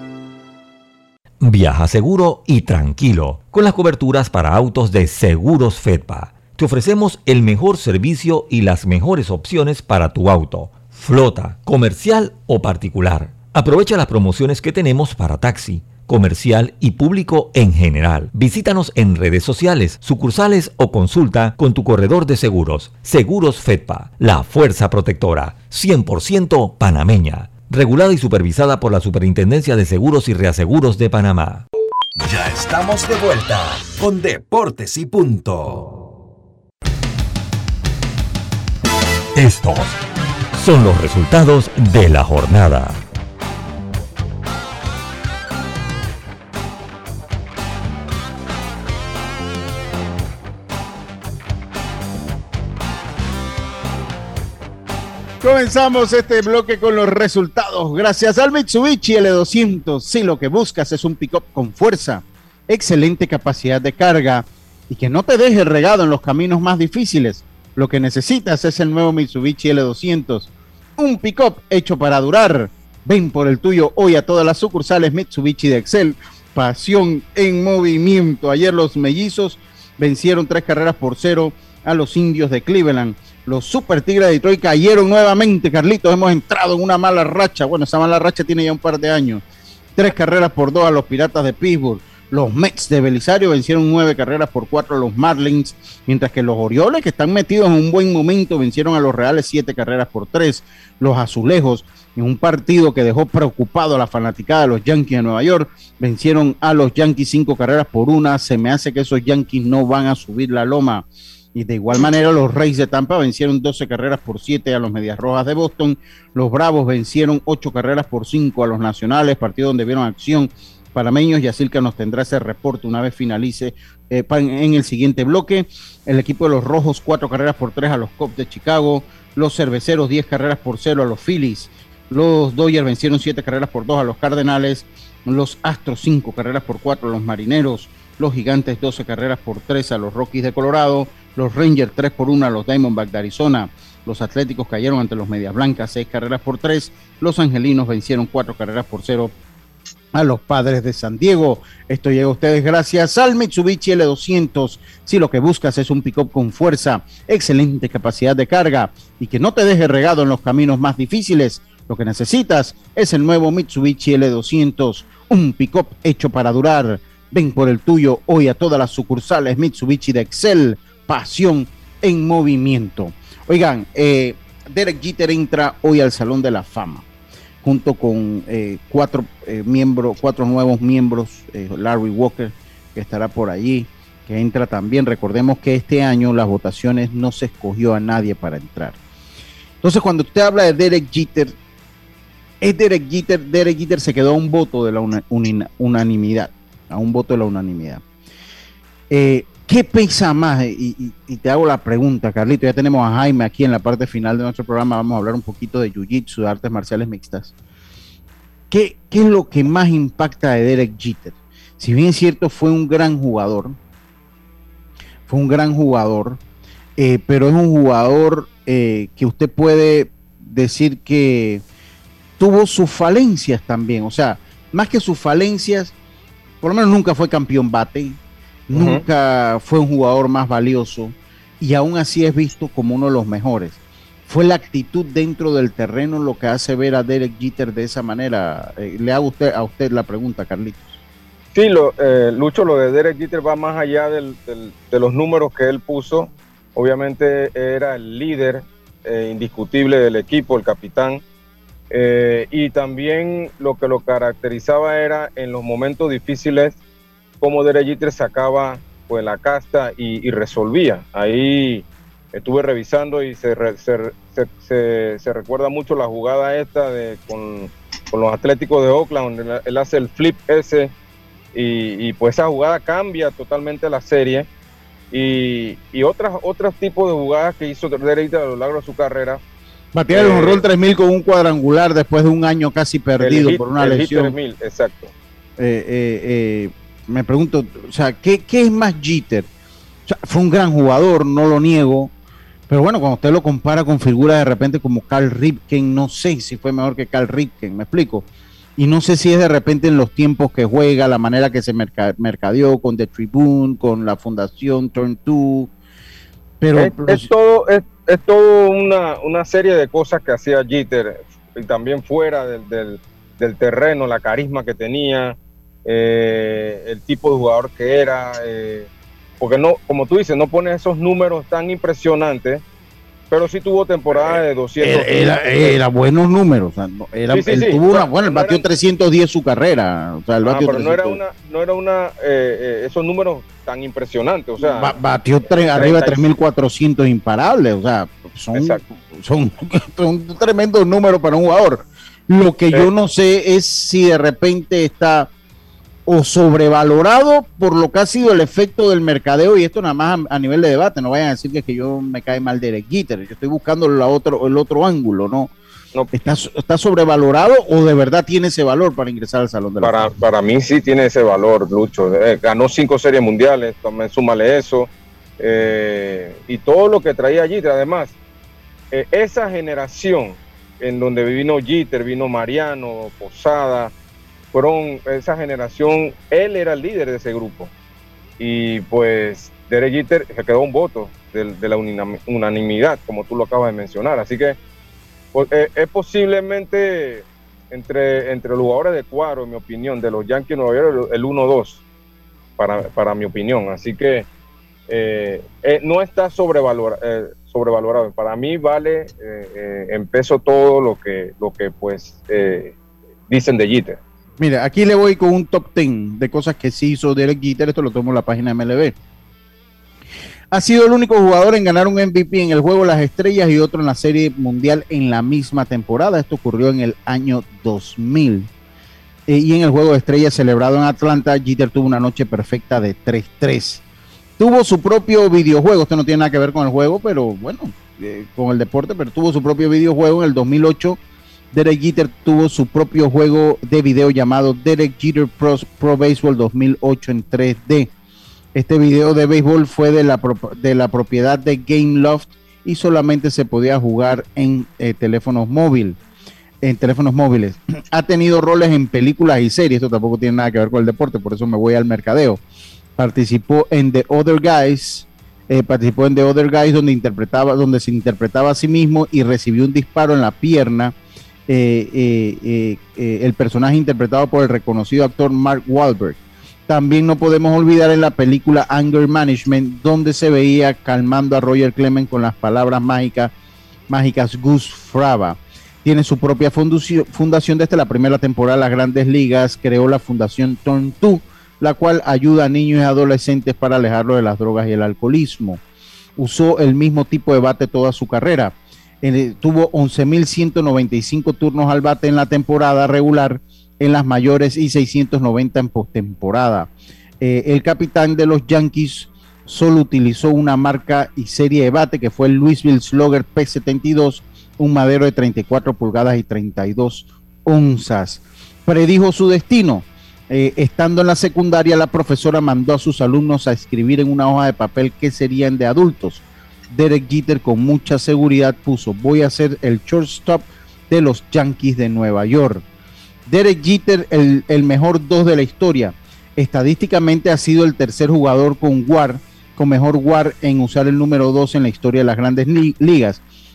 Viaja seguro y tranquilo con las coberturas para autos de Seguros Fedpa. Te ofrecemos el mejor servicio y las mejores opciones para tu auto, flota, comercial o particular. Aprovecha las promociones que tenemos para taxi, comercial y público en general. Visítanos en redes sociales, sucursales o consulta con tu corredor de seguros. Seguros Fedpa, la fuerza protectora, 100% panameña. Regulada y supervisada por la Superintendencia de Seguros y Reaseguros de Panamá. Ya estamos de vuelta con Deportes y Punto. Estos son los resultados de la jornada. Comenzamos este bloque con los resultados. Gracias al Mitsubishi L200. Si lo que buscas es un pick-up con fuerza, excelente capacidad de carga y que no te deje regado en los caminos más difíciles, lo que necesitas es el nuevo Mitsubishi L200. Un pick-up hecho para durar. Ven por el tuyo hoy a todas las sucursales Mitsubishi de Excel. Pasión en movimiento. Ayer los mellizos vencieron 3-0 a los indios de Cleveland. Los Super Tigres de Detroit cayeron nuevamente, Carlitos. Hemos entrado en una mala racha. Bueno, esa mala racha tiene ya un par de años. 3-2 a los Piratas de Pittsburgh. Los Mets de Belisario vencieron 9-4 a los Marlins. Mientras que los Orioles, que están metidos en un buen momento, vencieron a los Reales 7-3. Los Azulejos, en un partido que dejó preocupado a la fanaticada de los Yankees de Nueva York, vencieron a los Yankees 5-1. Se me hace que esos Yankees no van a subir la loma. Y de igual manera los Rays de Tampa vencieron 12-7 a los Medias Rojas de Boston. Los Bravos vencieron 8-5 a los Nacionales, partido donde vieron acción panameños. Yacirca nos tendrá ese reporte una vez finalice en el siguiente bloque. El equipo de los Rojos 4-3 a los Cubs de Chicago. Los Cerveceros 10-0 a los Phillies. Los Dodgers vencieron 7-2 a los Cardenales. Los Astros 5-4 a los Marineros. Los Gigantes 12-3 a los Rockies de Colorado. Los Rangers 3-1 a los Diamondbacks de Arizona. Los Atléticos cayeron ante los Medias Blancas 6-3. Los Angelinos vencieron 4-0 a los Padres de San Diego. Esto llega a ustedes gracias al Mitsubishi L200. Si lo que buscas es un pick-up con fuerza, excelente capacidad de carga y que no te deje regado en los caminos más difíciles, lo que necesitas es el nuevo Mitsubishi L200, un pick-up hecho para durar. Ven por el tuyo hoy a todas las sucursales Mitsubishi de Excel. Pasión en movimiento. Oigan, Derek Jeter entra hoy al Salón de la Fama junto con cuatro nuevos miembros. Larry Walker, que estará por allí, que entra también. Recordemos que este año las votaciones no se escogió a nadie para entrar. Entonces, cuando usted habla de Derek Jeter, es Derek Jeter. Derek Jeter se quedó a un voto de la unanimidad. A un voto de la unanimidad. ¿Qué pesa más? Y te hago la pregunta, Carlito. Ya tenemos a Jaime aquí en la parte final de nuestro programa. Vamos a hablar un poquito de Jiu-Jitsu, de artes marciales mixtas. ¿Qué es lo que más impacta de Derek Jeter? Si bien es cierto, fue un gran jugador. Pero es un jugador que usted puede decir que tuvo sus falencias también. O sea, más que sus falencias, por lo menos nunca fue campeón bate, nunca fue un jugador más valioso y aún así es visto como uno de los mejores. ¿Fue la actitud dentro del terreno lo que hace ver a Derek Jeter de esa manera? Le hago a usted la pregunta, Carlitos. Sí, Lucho, lo de Derek Jeter va más allá de los números que él puso. Obviamente era el líder indiscutible del equipo, el capitán. Y también lo que lo caracterizaba era en los momentos difíciles cómo Derek Jeter sacaba pues la casta y resolvía. Ahí estuve revisando y se recuerda mucho la jugada esta con los Atléticos de Oakland, donde él hace el flip ese y pues esa jugada cambia totalmente la serie y otros tipos de jugadas que hizo Derek Jeter a lo largo de su carrera. Batear el jonrón 3000 con un cuadrangular después de un año casi perdido por una lesión. 3000, exacto. Me pregunto, o sea, ¿qué es más Jeter? O sea, fue un gran jugador, no lo niego, pero bueno, cuando usted lo compara con figuras de repente como Cal Ripken, no sé si fue mejor que Cal Ripken, me explico. Y no sé si es de repente en los tiempos que juega, la manera que se mercadeó con The Tribune, con la fundación Turn 2, pero es todo una serie de cosas que hacía Jeter, y también fuera del terreno, la carisma que tenía, el tipo de jugador que era, porque no, como tú dices, no pone esos números tan impresionantes, pero sí tuvo temporada de 200. Era buenos números, o sea, tuvo una buena, batió 310 su carrera, o sea, pero no era esos números tan impresionantes, o sea, batió arriba de 3,400 imparables, o sea, son tremendos números para un jugador. Lo que yo no sé es si de repente está o sobrevalorado por lo que ha sido el efecto del mercadeo, y esto nada más a nivel de debate, no vayan a decir que yo me cae mal Derek Jeter, yo estoy buscando el otro ángulo, ¿no? ¿Está sobrevalorado o de verdad tiene ese valor para ingresar al Salón de la Fama? Para mí sí tiene ese valor, Lucho. Ganó 5 series mundiales, también súmale eso, y todo lo que traía Jeter. Además, esa generación en donde vino Jeter, vino Mariano, Posada, fueron esa generación, él era el líder de ese grupo, y pues Derek Jeter se quedó un voto de la unanimidad, como tú lo acabas de mencionar, así que pues, es posiblemente entre los jugadores de cuadro, en mi opinión, de los Yankees de Nueva York, el 1-2 para mi opinión, así que no está sobrevalorado, para mí vale en peso todo lo que pues dicen de Jeter. Mira, aquí le voy con un top 10 de cosas que sí hizo Derek Jeter. Esto lo tomo en la página de MLB. Ha sido el único jugador en ganar un MVP en el Juego de las Estrellas y otro en la Serie Mundial en la misma temporada. Esto ocurrió en el año 2000. Y en el Juego de Estrellas celebrado en Atlanta, Jeter tuvo una noche perfecta de 3-3. Tuvo su propio videojuego. Esto no tiene nada que ver con el juego, pero bueno, con el deporte, pero tuvo su propio videojuego en el 2008. Derek Jeter tuvo su propio juego de video llamado Derek Jeter Pro Baseball 2008 en 3D. Este video de béisbol fue de la propiedad de Gameloft y solamente se podía jugar en teléfonos móviles. Ha tenido roles en películas y series. Esto tampoco tiene nada que ver con el deporte, por eso me voy al mercadeo. Participó en The Other Guys, donde se interpretaba a sí mismo y recibió un disparo en la pierna. El personaje interpretado por el reconocido actor Mark Wahlberg. También no podemos olvidar en la película Anger Management, donde se veía calmando a Roger Clemens con las palabras mágicas Gus Fraba. Tiene su propia fundación desde la primera temporada de las Grandes Ligas. Creó la fundación Turn 2, la cual ayuda a niños y adolescentes para alejarlos de las drogas y el alcoholismo. Usó el mismo tipo de bate toda su carrera. Tuvo 11,195 turnos al bate en la temporada regular, en las mayores, y 690 en postemporada. El capitán de los Yankees solo utilizó una marca y serie de bate, que fue el Louisville Slugger P72, un madero de 34 pulgadas y 32 onzas. Predijo su destino. Estando en la secundaria, la profesora mandó a sus alumnos a escribir en una hoja de papel qué serían de adultos. Derek Jeter con mucha seguridad puso: voy a ser el shortstop de los Yankees de Nueva York. Derek Jeter, el mejor 2 de la historia. Estadísticamente ha sido el tercer jugador con mejor WAR en usar el número 2 en la historia de las Grandes Ligas.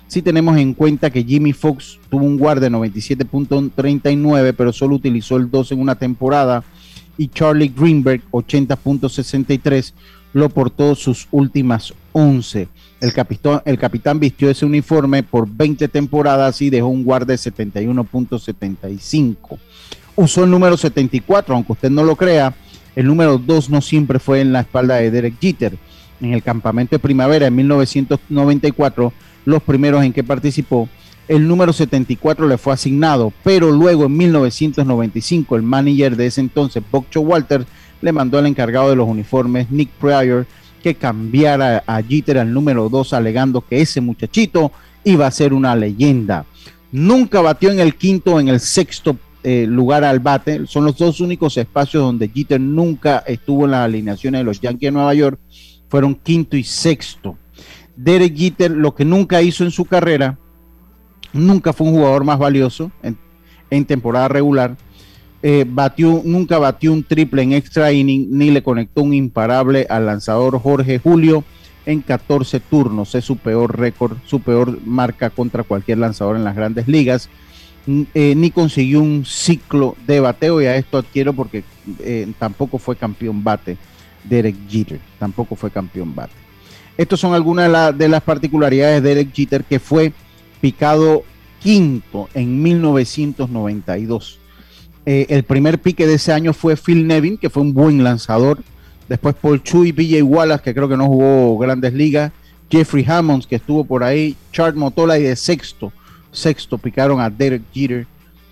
si tenemos en cuenta que Jimmy Fox tuvo un WAR de 97.39, pero solo utilizó el 2 en una temporada, y Charlie Greenberg, 80.63, lo portó sus últimas 11. El capitán vistió ese uniforme por 20 temporadas y dejó un WAR de 71.75. Usó el número 74, aunque usted no lo crea. El número 2 no siempre fue en la espalda de Derek Jeter. En el campamento de primavera en 1994, los primeros en que participó, el número 74 le fue asignado, pero luego en 1995 el manager de ese entonces, Buck Showalter, le mandó al encargado de los uniformes, Nick Pryor, que cambiara a Jeter al número 2, alegando que ese muchachito iba a ser una leyenda. Nunca batió en el quinto o en el sexto lugar al bate. Son los dos únicos espacios donde Jeter nunca estuvo en las alineaciones de los Yankees de Nueva York, fueron quinto y sexto. Derek Jeter, lo que nunca hizo en su carrera, nunca fue un jugador más valioso en temporada regular. Nunca batió un triple en extra inning, ni le conectó un imparable al lanzador Jorge Julio en 14 turnos. Es su peor récord, su peor marca contra cualquier lanzador en las grandes ligas. Ni consiguió un ciclo de bateo, y a esto adquiero porque tampoco fue campeón bate. Derek Jeter tampoco fue campeón bate. Estos son algunas de las particularidades de Derek Jeter, que fue picado quinto en 1992. El primer pique de ese año fue Phil Nevin, que fue un buen lanzador. Después Paul Chu y B.J. Wallace, que creo que no jugó grandes ligas. Jeffrey Hammonds, que estuvo por ahí. Chart Motola, y de sexto picaron a Derek Jeter.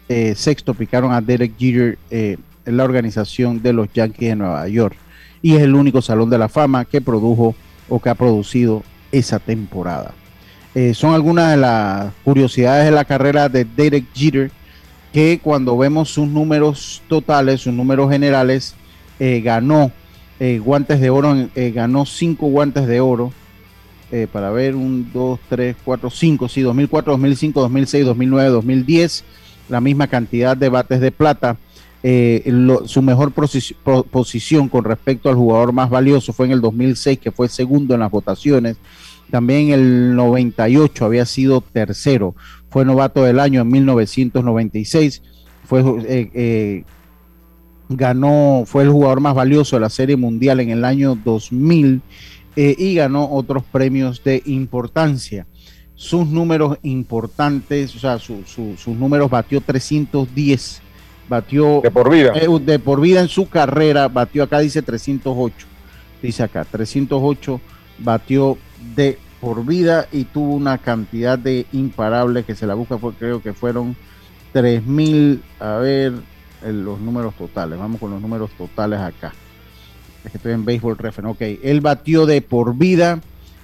En la organización de los Yankees de Nueva York. Y es el único Salón de la Fama que produjo o que ha producido esa temporada. Son algunas de las curiosidades de la carrera de Derek Jeter, que cuando vemos sus números totales, sus números generales, ganó guantes de oro, ganó 5 guantes de oro, para ver, 1, 2, 3, 4, 5, sí, 2004, 2005, 2006, 2009, 2010, la misma cantidad de bates de plata. Su mejor posición con respecto al jugador más valioso fue en el 2006, que fue segundo en las votaciones. También en el 98 había sido tercero. Fue novato del año en 1996. Fue el jugador más valioso de la Serie Mundial en el año 2000, y ganó otros premios de importancia. Sus números importantes, o sea, sus números, batió 310. Batió de por vida en su carrera, batió, acá dice 308, dice acá 308, batió de por vida, y tuvo una cantidad de imparables que se la busca, creo que fueron 3,000, a ver, los números totales, vamos con los números totales acá, es que estoy en Baseball Reference, ok, él batió de por vida,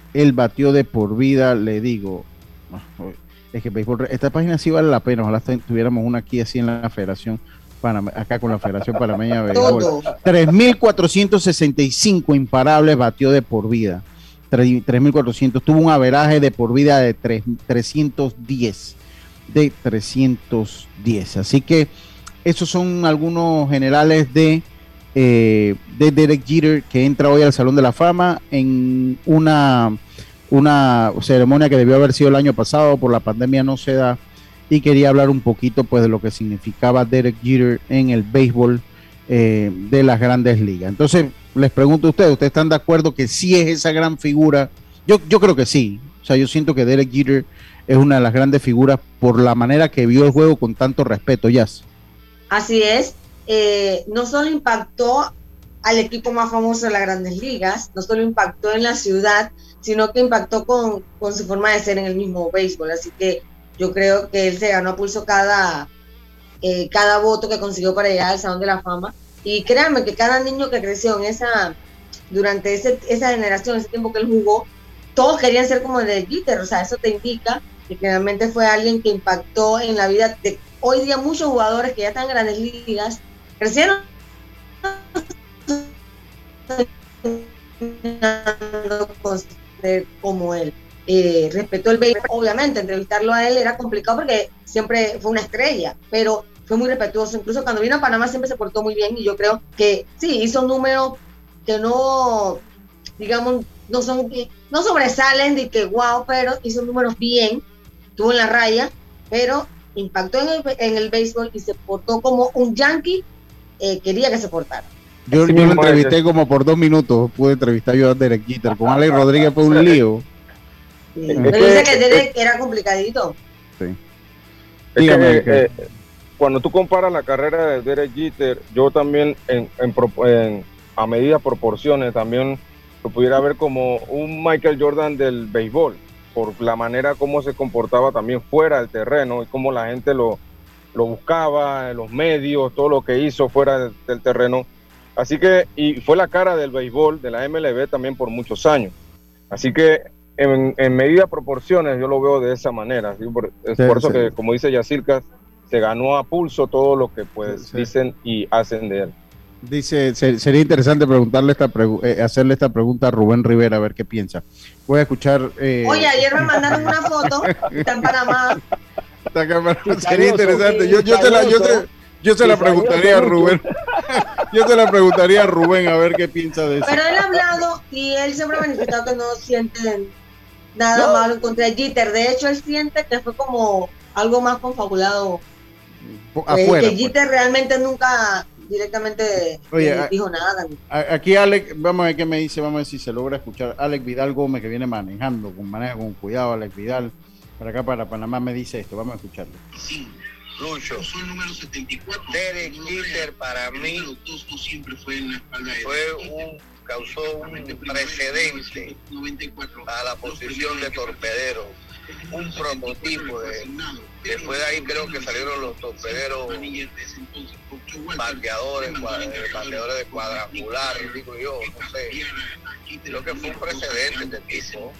le digo, es que Baseball, esta página sí vale la pena, ojalá tuviéramos una aquí así en la Federación Panamá, acá con la Federación Panameña de Béisbol. 3,465 imparables batió de por vida. 3,400. Tuvo un averaje de por vida de 310. Así que esos son algunos generales de Derek Jeter, que entra hoy al Salón de la Fama en una ceremonia que debió haber sido el año pasado, por la pandemia no se da, y quería hablar un poquito pues de lo que significaba Derek Jeter en el béisbol de las grandes ligas. Entonces les pregunto a ustedes están de acuerdo que sí es esa gran figura? Yo creo que sí, o sea, yo siento que Derek Jeter es una de las grandes figuras por la manera que vio el juego con tanto respeto. Jazz. Así es, no solo impactó al equipo más famoso de las grandes ligas, no solo impactó en la ciudad, sino que impactó con su forma de ser en el mismo béisbol, así que yo creo que él se ganó a pulso cada voto que consiguió para llegar al Salón de la Fama. Y créanme que cada niño que creció durante esa generación, ese tiempo que él jugó, todos querían ser como Derek Jeter. O sea, eso te indica que realmente fue alguien que impactó en la vida de hoy día muchos jugadores que ya están en grandes ligas, crecieron como él. Respetó el béisbol, obviamente entrevistarlo a él era complicado porque siempre fue una estrella, pero fue muy respetuoso, incluso cuando vino a Panamá siempre se portó muy bien, y yo creo que sí, hizo números que no, digamos, no sobresalen de que wow, pero hizo números bien, estuvo en la raya, pero impactó en el béisbol y se portó como un yankee quería que se portara. Yo lo entrevisté como por 2 minutos, pude entrevistar yo a Derek Jeter, con Alex Rodríguez fue un lío. Sí. Pero dice que Derek era complicadito. Sí. Dígame, cuando tú comparas la carrera de Derek Jeter, yo también a medida proporciones también lo pudiera ver como un Michael Jordan del béisbol, por la manera como se comportaba también fuera del terreno y cómo la gente lo buscaba en los medios, todo lo que hizo fuera del terreno. Así que, y fue la cara del béisbol, de la MLB también por muchos años. Así que en medida proporciones yo lo veo de esa manera. ¿Sí? Por eso que, como dice Yacirca, se ganó a pulso todo lo que pues dicen y hacen de él. Dice, sería interesante preguntarle hacerle esta pregunta a Rubén Rivera, a ver qué piensa. Voy a escuchar... Oye, ayer me mandaron una foto, está en Panamá. Sería interesante. Yo se la preguntaría a Rubén. Yo se la preguntaría a Rubén a ver qué piensa de eso. Pero él ha hablado y él siempre ha manifestado que no siente nada malo en contra de Jeter. De hecho, él siente que fue como algo más confabulado. Afuera, que Jeter realmente nunca directamente dijo nada. Aquí Alex, vamos a ver qué me dice, vamos a ver si se logra escuchar. Alex Vidal Gómez, que viene manejando, maneja con cuidado. Alex Vidal, para acá, para Panamá, me dice esto. Vamos a escucharlo. Sí. Lucho, Derek Jeter para mí causó un precedente a la posición de torpedero, un prototipo después de ahí creo que salieron los torpederos bateadores de cuadrangular, digo yo, no sé, creo que fue un precedente de tipo,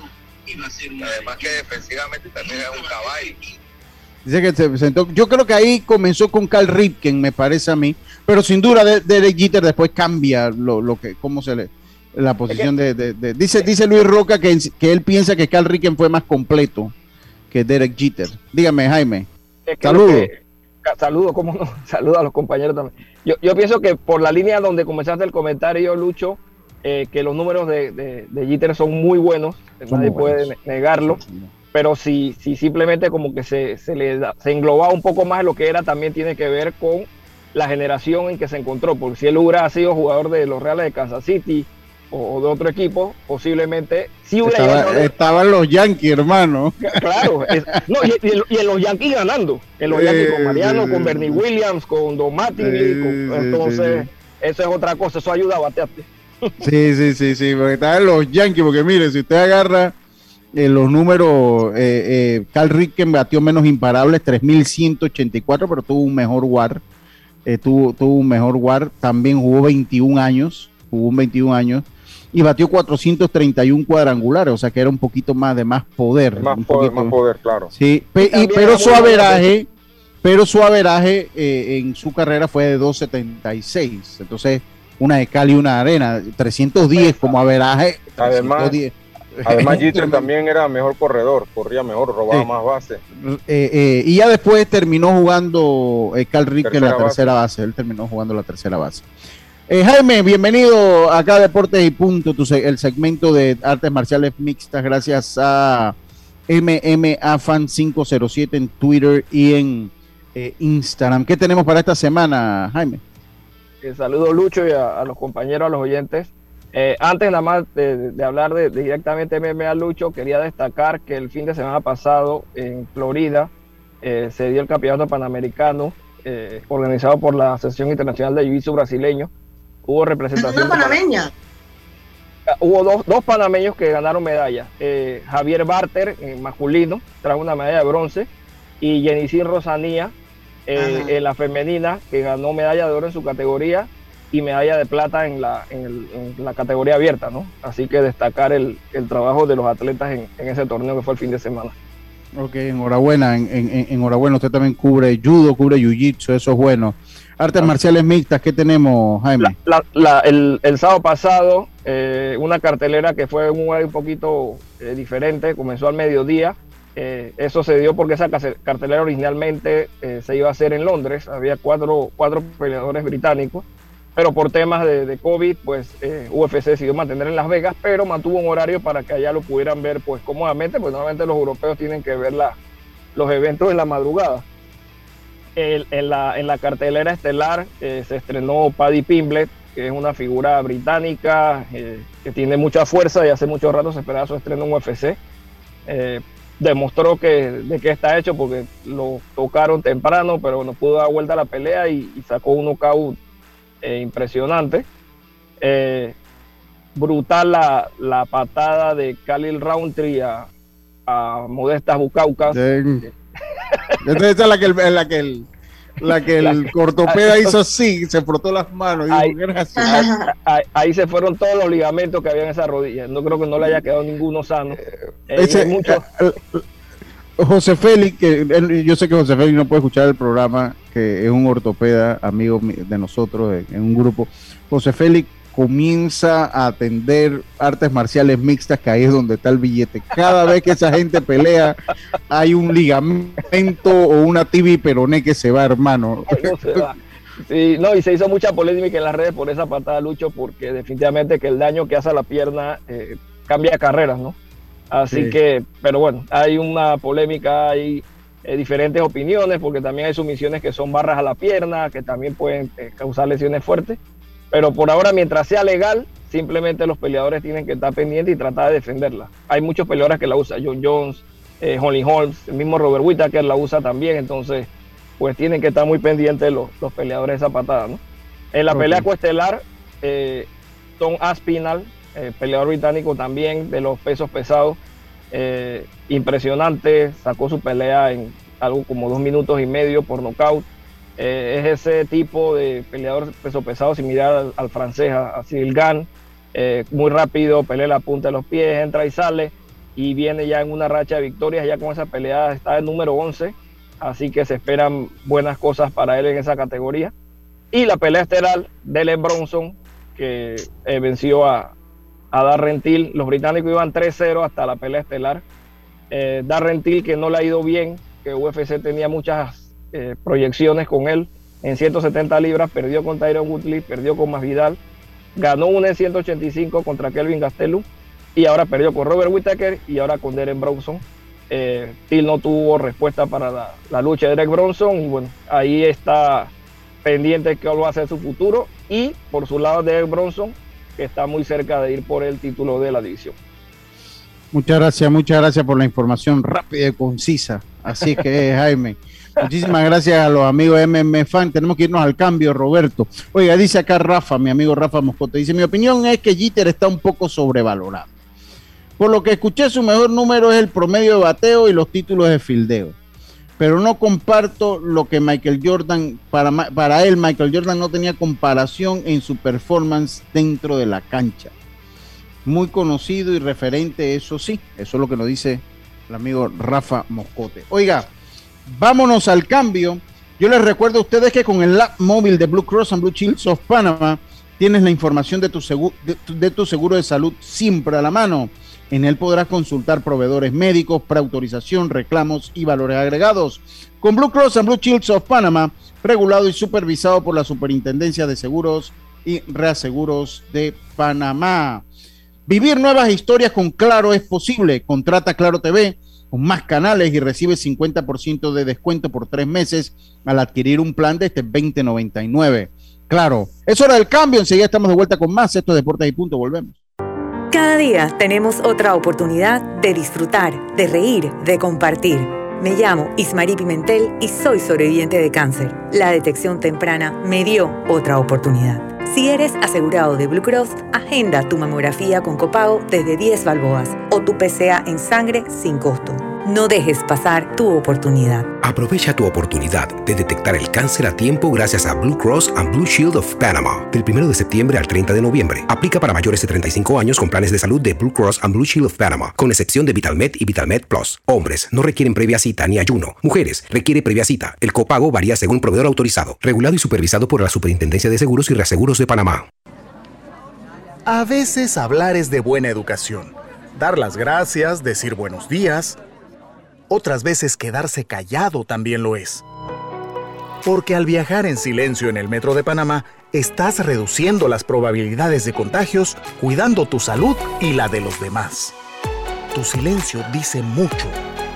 además que defensivamente también era un caballo. Dice que se sentó. Yo creo que ahí comenzó con Cal Ripken, me parece a mí, pero sin duda Derek Jeter después cambia cómo se le la posición dice Luis Roca que él piensa que Cal Ripken fue más completo que Derek Jeter. Dígame, Jaime. Saludos. Saludos, cómo no. Saludos a los compañeros también. Yo pienso que por la línea donde comenzaste el comentario, Lucho, que los números de Jeter son muy buenos, nadie puede negarlo. Pero si simplemente como que se englobaba un poco más en lo que era, también tiene que ver con la generación en que se encontró, porque si él hubiera sido jugador de los Reales de Kansas City o de otro equipo, posiblemente sí hubiera estaban los Yankees, hermano. Claro, y en los Yankees ganando, en los Yankees con Mariano, con Bernie Williams, con Don Mattingly, entonces eso es otra cosa, eso ayuda a batearte. Sí, porque estaban los Yankees, porque mire, si usted agarra los números, Cal Ripken batió menos imparables, 3.184, pero tuvo un mejor WAR. Tuvo un mejor WAR. También jugó 21 años y batió 431 cuadrangulares, o sea que era un poquito más de más poder. Más poder, claro. Sí, pero su averaje en su carrera fue de 276. Entonces, una de cal y una de arena, 310 como averaje. Además Jeter también era mejor corredor, corría mejor, robaba más bases. Y ya después terminó jugando Cal Ripken en la tercera base. Él terminó jugando la tercera base. Jaime, bienvenido acá a Deportes y Punto, el segmento de artes marciales mixtas, gracias a MMA Fan 507 en Twitter y en Instagram. ¿Qué tenemos para esta semana, Jaime? Saludos, Lucho, y a los compañeros, a los oyentes. Antes nada más de hablar de directamente MMA, Lucho, quería destacar que el fin de semana pasado en Florida se dio el campeonato panamericano organizado por la Asociación Internacional de Jiu-Jitsu brasileño. Hubo representación. ¿Una panameña? Hubo dos panameños que ganaron medallas. Javier Barter, masculino, trajo una medalla de bronce, y Yenicín Rosanía, en la femenina, que ganó medalla de oro en su categoría y medalla de plata en la categoría abierta, ¿no? Así que destacar el trabajo de los atletas en ese torneo que fue el fin de semana. Ok, enhorabuena, enhorabuena. Usted también cubre judo, cubre jiu-jitsu, eso es bueno. Artes marciales mixtas, ¿qué tenemos, Jaime? El sábado pasado, una cartelera que fue un poquito diferente, comenzó al mediodía. Eso se dio porque esa cartelera originalmente se iba a hacer en Londres. Había cuatro peleadores británicos, pero por temas de COVID, pues UFC decidió mantener en Las Vegas, pero mantuvo un horario para que allá lo pudieran ver pues cómodamente, pues normalmente los europeos tienen que ver los eventos en la madrugada. En la cartelera estelar se estrenó Paddy Pimblett, que es una figura británica que tiene mucha fuerza y hace mucho rato se esperaba su estreno en UFC. Demostró de qué está hecho porque lo tocaron temprano, pero no pudo dar vuelta a la pelea y sacó un knockout impresionante. Brutal la patada de Khalil Rountree a Modestas Bucauskas. Entonces esa es la que el ortopeda hizo así, se frotó las manos. Ahí se fueron todos los ligamentos que había en esa rodilla. No creo que no le haya quedado ninguno sano. José Félix, yo sé que José Félix no puede escuchar el programa, que es un ortopeda, amigo de nosotros en un grupo. José Félix comienza a atender artes marciales mixtas, que ahí es donde está el billete. Cada vez que esa gente pelea, hay un ligamento o una tibia y peroné que se va, hermano. Sí, no, y se hizo mucha polémica en las redes por esa patada, Lucho, porque definitivamente que el daño que hace a la pierna cambia carreras, ¿no? Así que, pero bueno, hay una polémica, hay diferentes opiniones, porque también hay sumisiones que son barras a la pierna, que también pueden causar lesiones fuertes. Pero por ahora, mientras sea legal, simplemente los peleadores tienen que estar pendientes y tratar de defenderla. Hay muchos peleadores que la usan, John Jones, Holly Holmes, el mismo Robert Whittaker la usa también, entonces pues tienen que estar muy pendientes los peleadores de esa patada, ¿no? En la pelea coestelar, Tom Aspinall, peleador británico también de los pesos pesados, impresionante, sacó su pelea en algo como 2 minutos y medio por nocaut. Es ese tipo de peleador peso pesado similar al francés, a Cyril Gane, muy rápido, pelea la punta de los pies, entra y sale y viene ya en una racha de victorias. Ya con esa pelea está en número 11, así que se esperan buenas cosas para él en esa categoría. Y la pelea estelar, Delen Bronson, que venció a Darren Till. Los británicos iban 3-0 hasta la pelea estelar. Darren Till, que no le ha ido bien, que UFC tenía muchas proyecciones con él en 170 libras, perdió con Tyron Woodley, perdió con Masvidal, ganó una en 185 contra Kelvin Gastelum y ahora perdió con Robert Whittaker y ahora con Delen Bronson. Till no tuvo respuesta para la lucha de Derek Bronson y bueno, ahí está pendiente qué va a ser su futuro, y por su lado Derek Bronson, que está muy cerca de ir por el título de la división. Muchas gracias por la información rápida y concisa. Así que Jaime, muchísimas gracias a los amigos de MM Fan. Tenemos que irnos al cambio, Roberto. Oiga, dice acá Rafa, mi amigo Rafa Moscote, dice: mi opinión es que Jeter está un poco sobrevalorado. Por lo que escuché, su mejor número es el promedio de bateo y los títulos de fildeo. Pero no comparto lo que Michael Jordan, para él Michael Jordan no tenía comparación en su performance dentro de la cancha. Muy conocido y referente, eso sí, eso es lo que nos dice el amigo Rafa Moscote. Oiga, vámonos al cambio. Yo les recuerdo a ustedes que con el app móvil de Blue Cross and Blue Shield of Panama tienes la información de tu seguro de salud siempre a la mano. En él podrás consultar proveedores médicos, preautorización, reclamos y valores agregados. Con Blue Cross and Blue Shield of Panama, regulado y supervisado por la Superintendencia de Seguros y Reaseguros de Panamá. Vivir nuevas historias con Claro es posible. Contrata Claro TV con más canales y recibe 50% de descuento por 3 meses al adquirir un plan de este $20.99. Claro, es hora del cambio. Enseguida estamos de vuelta con más. Esto es Deportes y Punto. Volvemos. Cada día tenemos otra oportunidad de disfrutar, de reír, de compartir. Me llamo Ismarí Pimentel y soy sobreviviente de cáncer. La detección temprana me dio otra oportunidad. Si eres asegurado de Blue Cross, agenda tu mamografía con copago desde 10 balboas o tu PCA en sangre sin costo. No dejes pasar tu oportunidad. Aprovecha tu oportunidad de detectar el cáncer a tiempo gracias a Blue Cross and Blue Shield of Panama. Del 1 de septiembre al 30 de noviembre. Aplica para mayores de 35 años con planes de salud de Blue Cross and Blue Shield of Panama, con excepción de VitalMed y VitalMed Plus. Hombres no requieren previa cita ni ayuno. Mujeres requiere previa cita. El copago varía según proveedor autorizado. Regulado y supervisado por la Superintendencia de Seguros y Reaseguros de Panamá. A veces hablar es de buena educación. Dar las gracias, decir buenos días. Otras veces quedarse callado también lo es. Porque al viajar en silencio en el Metro de Panamá, estás reduciendo las probabilidades de contagios, cuidando tu salud y la de los demás. Tu silencio dice mucho.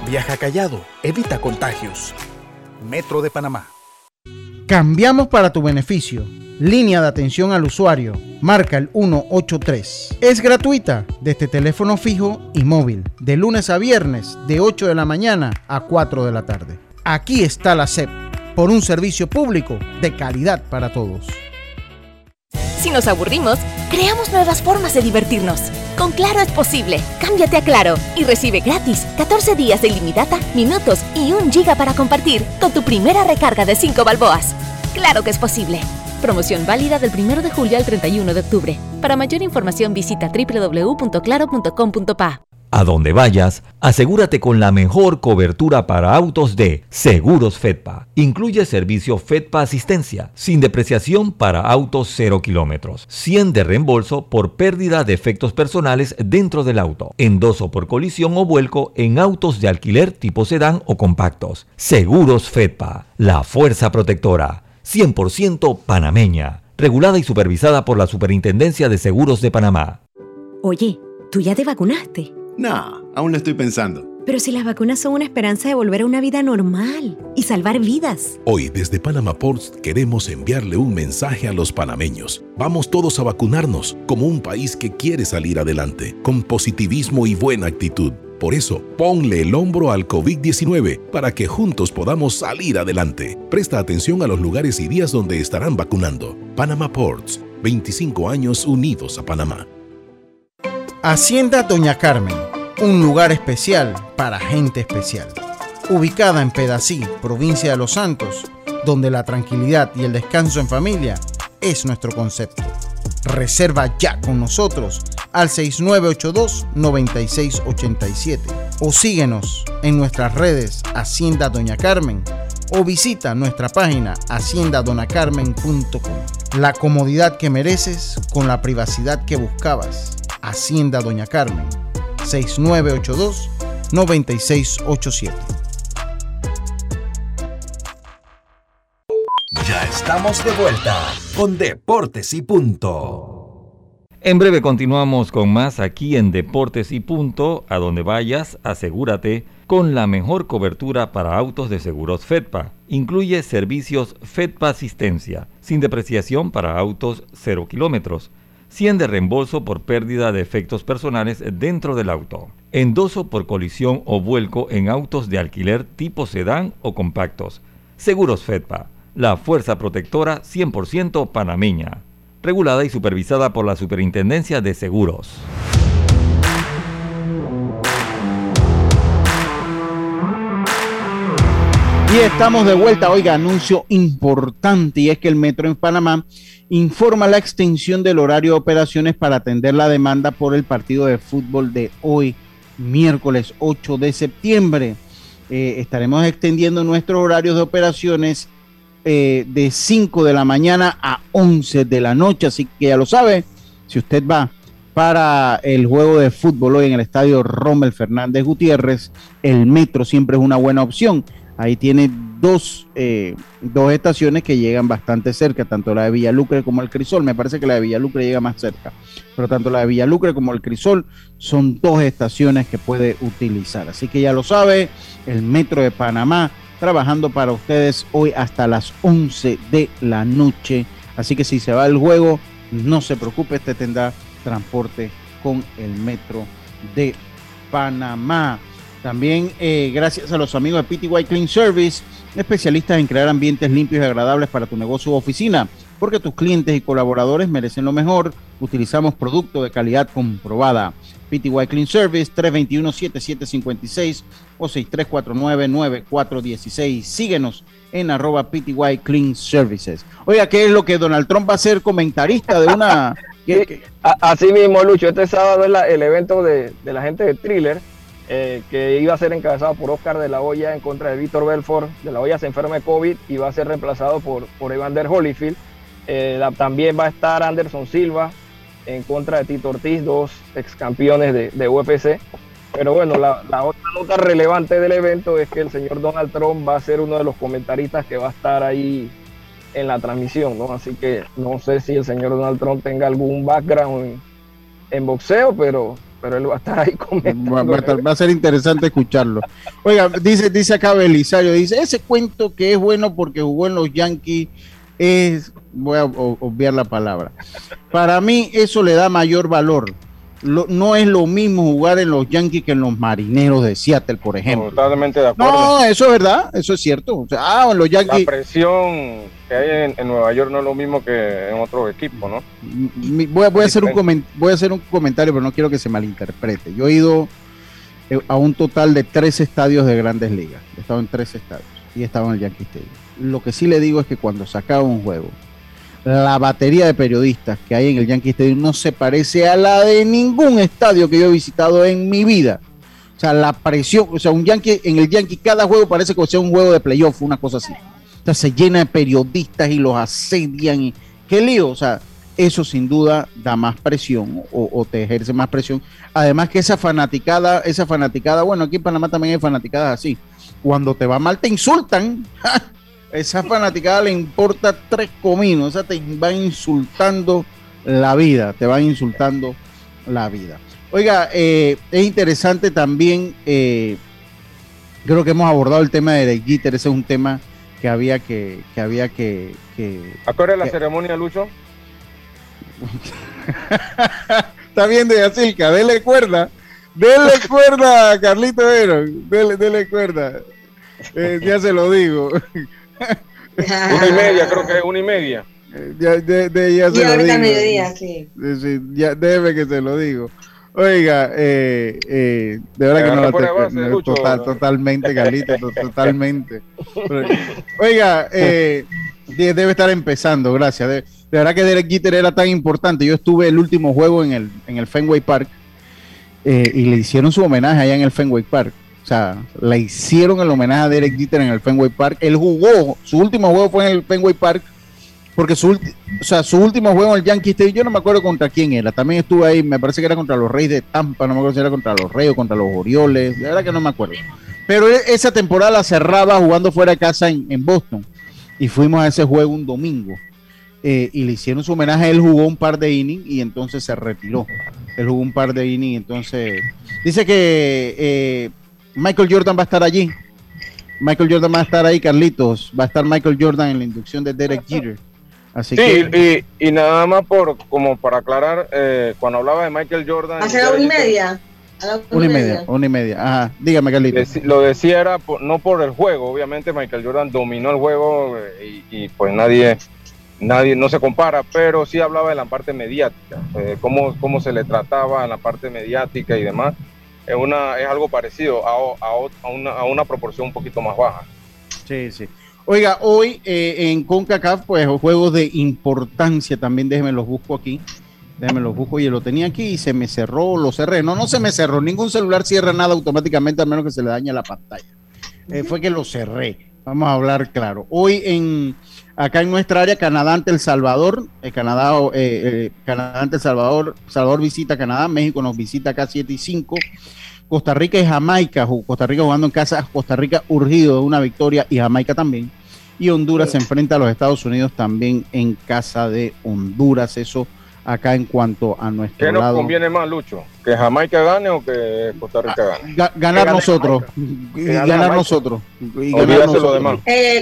Viaja callado, evita contagios. Metro de Panamá. Cambiamos para tu beneficio. Línea de atención al usuario. Marca el 183. Es gratuita desde teléfono fijo y móvil. De lunes a viernes, de 8 de la mañana a 4 de la tarde. Aquí está la SEP. Por un servicio público de calidad para todos. Si nos aburrimos, creamos nuevas formas de divertirnos. Con Claro es posible. Cámbiate a Claro y recibe gratis 14 días de ilimitada, minutos y 1 giga para compartir con tu primera recarga de 5 balboas. Claro que es posible. Promoción válida del 1 de julio al 31 de octubre. Para mayor información visita www.claro.com.pa. A donde vayas, asegúrate con la mejor cobertura para autos de Seguros Fedpa. Incluye servicio Fedpa Asistencia, sin depreciación para autos 0 kilómetros, 100 de reembolso por pérdida de efectos personales dentro del auto, endoso por colisión o vuelco en autos de alquiler tipo sedán o compactos. Seguros Fedpa, la fuerza protectora, 100% panameña, regulada y supervisada por la Superintendencia de Seguros de Panamá. Oye, ¿tú ya te vacunaste? No, aún lo estoy pensando. Pero si las vacunas son una esperanza de volver a una vida normal y salvar vidas. Hoy desde Panama Ports queremos enviarle un mensaje a los panameños. Vamos todos a vacunarnos como un país que quiere salir adelante, con positivismo y buena actitud. Por eso, ponle el hombro al COVID-19 para que juntos podamos salir adelante. Presta atención a los lugares y días donde estarán vacunando. Panama Ports, 25 años unidos a Panamá. Hacienda Doña Carmen, un lugar especial para gente especial. Ubicada en Pedací, provincia de Los Santos, donde la tranquilidad y el descanso en familia es nuestro concepto. Reserva ya con nosotros al 6982-9687 o síguenos en nuestras redes Hacienda Doña Carmen o visita nuestra página haciendadonacarmen.com. La comodidad que mereces con la privacidad que buscabas. Hacienda Doña Carmen, 6982-9687. Ya estamos de vuelta con Deportes y Punto. En breve continuamos con más aquí en Deportes y Punto. A donde vayas, asegúrate con la mejor cobertura para autos de Seguros Fedpa. Incluye servicios Fedpa Asistencia, sin depreciación para autos 0 kilómetros, 100 de reembolso por pérdida de efectos personales dentro del auto, endoso por colisión o vuelco en autos de alquiler tipo sedán o compactos. Seguros Fedpa, la fuerza protectora 100% panameña, regulada y supervisada por la Superintendencia de Seguros. Y estamos de vuelta. Oiga, anuncio importante, y es que el Metro en Panamá informa la extensión del horario de operaciones para atender la demanda por el partido de fútbol de hoy, miércoles 8 de septiembre. Estaremos extendiendo nuestros horarios de operaciones de 5 de la mañana a 11 de la noche, así que ya lo sabe, si usted va para el juego de fútbol hoy en el estadio Rommel Fernández Gutiérrez, el Metro siempre es una buena opción. Ahí tiene dos estaciones que llegan bastante cerca, tanto la de Villalucre como el Crisol. Me parece que la de Villalucre llega más cerca, pero tanto la de Villalucre como el Crisol son dos estaciones que puede utilizar. Así que ya lo sabe, el Metro de Panamá trabajando para ustedes hoy hasta las 11 de la noche. Así que si se va al juego, no se preocupe, usted tendrá transporte con el Metro de Panamá. También gracias a los amigos de PTY Clean Service, especialistas en crear ambientes limpios y agradables para tu negocio u oficina, porque tus clientes y colaboradores merecen lo mejor. Utilizamos productos de calidad comprobada. PTY Clean Service, 321-7756 o 6349-9416. Síguenos en @PTY Clean Services. Oiga, ¿qué es lo que Donald Trump va a ser comentarista de una... Así mismo, Lucho, este sábado es el evento de la gente de Thriller, que iba a ser encabezado por Oscar de la Hoya en contra de Víctor Belfort. De la Hoya se enferma de COVID y va a ser reemplazado por Evander Holyfield. También va a estar Anderson Silva en contra de Tito Ortiz, dos ex campeones de UFC. Pero bueno, la otra nota relevante del evento es que el señor Donald Trump va a ser uno de los comentaristas que va a estar ahí en la transmisión, ¿no? Así que no sé si el señor Donald Trump tenga algún background en boxeo, pero pero él va a estar ahí comentando. Va a ser interesante escucharlo. Oiga, dice acá Belisario, dice, ese cuento que es bueno porque jugó en los Yankees voy a obviar la palabra. Para mí eso le da mayor valor. No es lo mismo jugar en los Yankees que en los Marineros de Seattle, por ejemplo. Totalmente de acuerdo. No, eso es verdad, eso es cierto. O sea, en los Yankees... La presión que hay en Nueva York no es lo mismo que en otros equipos, ¿no? Voy a hacer un comentario, pero no quiero que se malinterprete. Yo he ido a un total de 3 estadios de Grandes Ligas. He estado en 3 estadios y he estado en el Yankee Stadium. Lo que sí le digo es que cuando se acaba un juego, la batería de periodistas que hay en el Yankee Stadium no se parece a la de ningún estadio que yo he visitado en mi vida. O sea, la presión, o sea, en el Yankee cada juego parece que sea un juego de playoff, una cosa así. O sea, se llena de periodistas y los asedian y qué lío. O sea, eso sin duda da más presión o te ejerce más presión. Además que esa fanaticada, bueno, aquí en Panamá también hay fanaticadas así. Cuando te va mal te insultan. Esa fanaticada le importa 3 cominos, o sea, te va insultando la vida, Oiga, es interesante también, creo que hemos abordado el tema de Derek Jeter, ese es un tema que había que ¿A qué hora es la ceremonia, Lucho? Está bien de Yacilca, dele cuerda, Carlito Vero, dele cuerda, ya se lo digo. 1:30, creo que es 1:30. Ya y ahorita mediodía, sí. Ya déjeme que se lo digo. Oiga, de verdad que totalmente, Carlito, totalmente. Oiga, debe estar empezando, gracias. De verdad que Derek Jeter era tan importante. Yo estuve el último juego en el Fenway Park y le hicieron su homenaje allá en el Fenway Park. O sea, le hicieron el homenaje a Derek Jeter en el Fenway Park. Él jugó, su último juego fue en el Fenway Park, porque su último juego en el Yankee Stadium, yo no me acuerdo contra quién era. También estuve ahí, me parece que era contra los Reyes de Tampa, no me acuerdo si era contra los Reyes o contra los Orioles, la verdad que no me acuerdo. Pero esa temporada la cerraba jugando fuera de casa en Boston. Y fuimos a ese juego un domingo. Y le hicieron su homenaje. Él jugó un par de innings y entonces se retiró. Él jugó un par de innings, entonces... Dice que... Michael Jordan va a estar allí. Michael Jordan va a estar ahí, Carlitos. Va a estar Michael Jordan en la inducción de Derek Jeter. Así sí, que... y nada más como para aclarar, cuando hablaba de Michael Jordan... ¿Hace la 1:30? 1:30. Ajá, dígame, Carlitos. Lo decía era no por el juego. Obviamente Michael Jordan dominó el juego y pues nadie no se compara, pero sí hablaba de la parte mediática, cómo se le trataba en la parte mediática y demás. Es algo parecido a una proporción un poquito más baja. Sí. Oiga, hoy en CONCACAF, pues juegos de importancia también, déjenme los busco aquí. Y lo tenía aquí y se me cerró, lo cerré. No se me cerró, ningún celular cierra nada automáticamente a menos que se le dañe la pantalla. Fue que lo cerré. Vamos a hablar claro. Hoy acá en nuestra área, Canadá ante El Salvador, Canadá ante El Salvador, Salvador visita a Canadá, México nos visita acá 7:05, Costa Rica y Jamaica, Costa Rica jugando en casa, Costa Rica urgido de una victoria y Jamaica también, y Honduras se enfrenta a los Estados Unidos también en casa de Honduras. Eso acá en cuanto a nuestro lado. ¿Qué nos conviene más, Lucho? ¿Que Jamaica gane o que Costa Rica gane? Ganar nosotros. Ganar nosotros. Y ganar nosotros. Lo demás.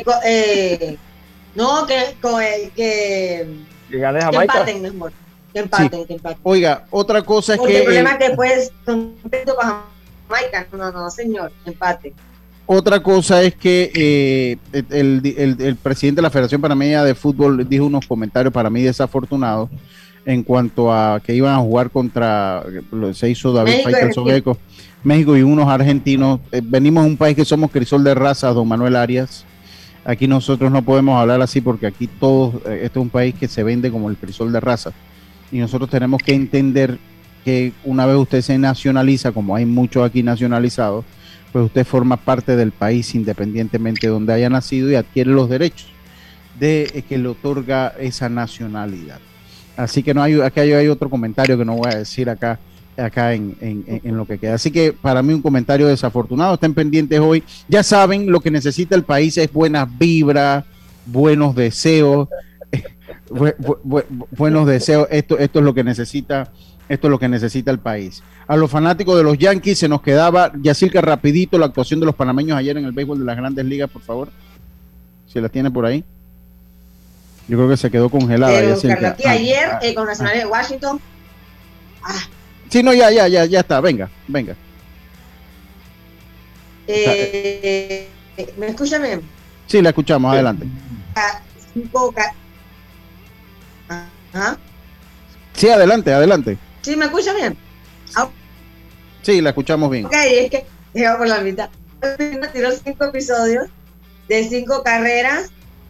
No, que gane Jamaica. Que empaten mejor. Que empaten. Oiga, otra cosa es porque que... el problema es que después son para Jamaica. No, señor, empate. Otra cosa es que el presidente de la Federación Panameña de Fútbol dijo unos comentarios para mí desafortunados en cuanto a que iban a jugar contra, se hizo David Faitelson Eco, México y unos argentinos. Venimos de un país que somos crisol de raza, don Manuel Arias. Aquí nosotros no podemos hablar así porque aquí todos, este es un país que se vende como el crisol de raza. Y nosotros tenemos que entender que una vez usted se nacionaliza, como hay muchos aquí nacionalizados, pues usted forma parte del país independientemente de donde haya nacido y adquiere los derechos de que le otorga esa nacionalidad. Así que acá hay otro comentario que no voy a decir acá en lo que queda. Así que para mí un comentario desafortunado. Estén pendientes hoy. Ya saben, lo que necesita el país es buenas vibras, buenos deseos. Buenos deseos. Esto es lo que necesita Esto es lo que necesita el país. A los fanáticos de los Yankees se nos quedaba, Yacirca, rapidito, la actuación de los panameños ayer en el béisbol de las Grandes Ligas, por favor. Si la tiene por ahí. Yo creo que se quedó congelada. Yacirca. Ayer con Nacional de Washington. Sí, no, ya está. Venga. ¿Me escuchan bien? Sí, la escuchamos, adelante. Sí, adelante. ¿Sí me escuchan bien? Sí, la escuchamos bien. Ok, es que llegamos por la mitad. Tiró 5 episodios de 5 carreras,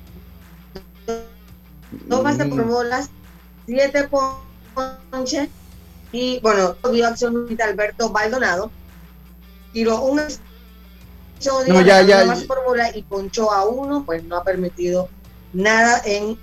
2 bases por bolas, 7 ponches y bueno, vio acción de Alberto Maldonado, tiró un episodio de base por bola y ponchó a 1, pues no ha permitido nada en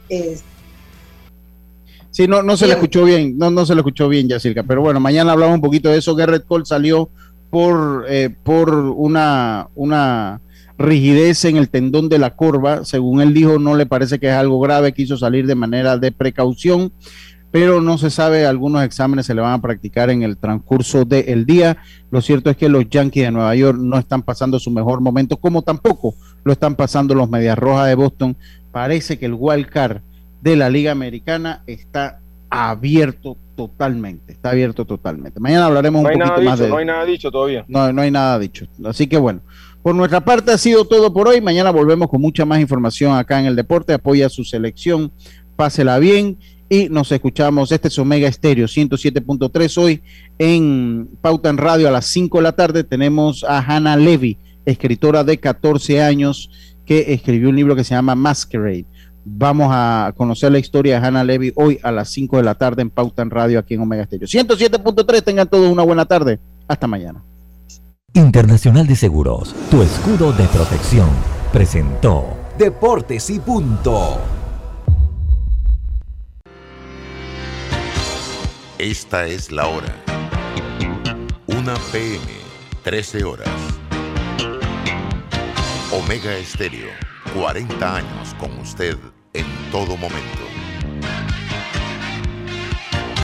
Sí, no se le escuchó bien, no se le escuchó bien, Yacirca, pero bueno, mañana hablamos un poquito de eso. Gerrit Cole salió por una rigidez en el tendón de la corva, según él dijo, no le parece que es algo grave, quiso salir de manera de precaución, pero no se sabe, algunos exámenes se le van a practicar en el transcurso del día. Lo cierto es que los Yankees de Nueva York no están pasando su mejor momento, como tampoco lo están pasando los Medias Rojas de Boston. Parece que el wild card de la Liga Americana está abierto totalmente. Mañana hablaremos un poquito más de... No hay nada dicho todavía. No hay nada dicho. Así que bueno, por nuestra parte ha sido todo por hoy. Mañana volvemos con mucha más información acá en el deporte. Apoya a su selección, pásela bien y nos escuchamos. Este es Omega Estéreo 107.3. Hoy en Pauta en Radio a las 5 de la tarde tenemos a Hannah Levy, escritora de 14 años que escribió un libro que se llama Masquerade. Vamos a conocer la historia de Hannah Levy hoy a las 5 de la tarde en Pauta en Radio aquí en Omega Estéreo 107.3. Tengan todos una buena tarde. Hasta mañana. Internacional de Seguros, tu escudo de protección, presentó Deportes y Punto. Esta es la hora. 1 p.m., 13 horas. Omega Estéreo, 40 años con usted en todo momento.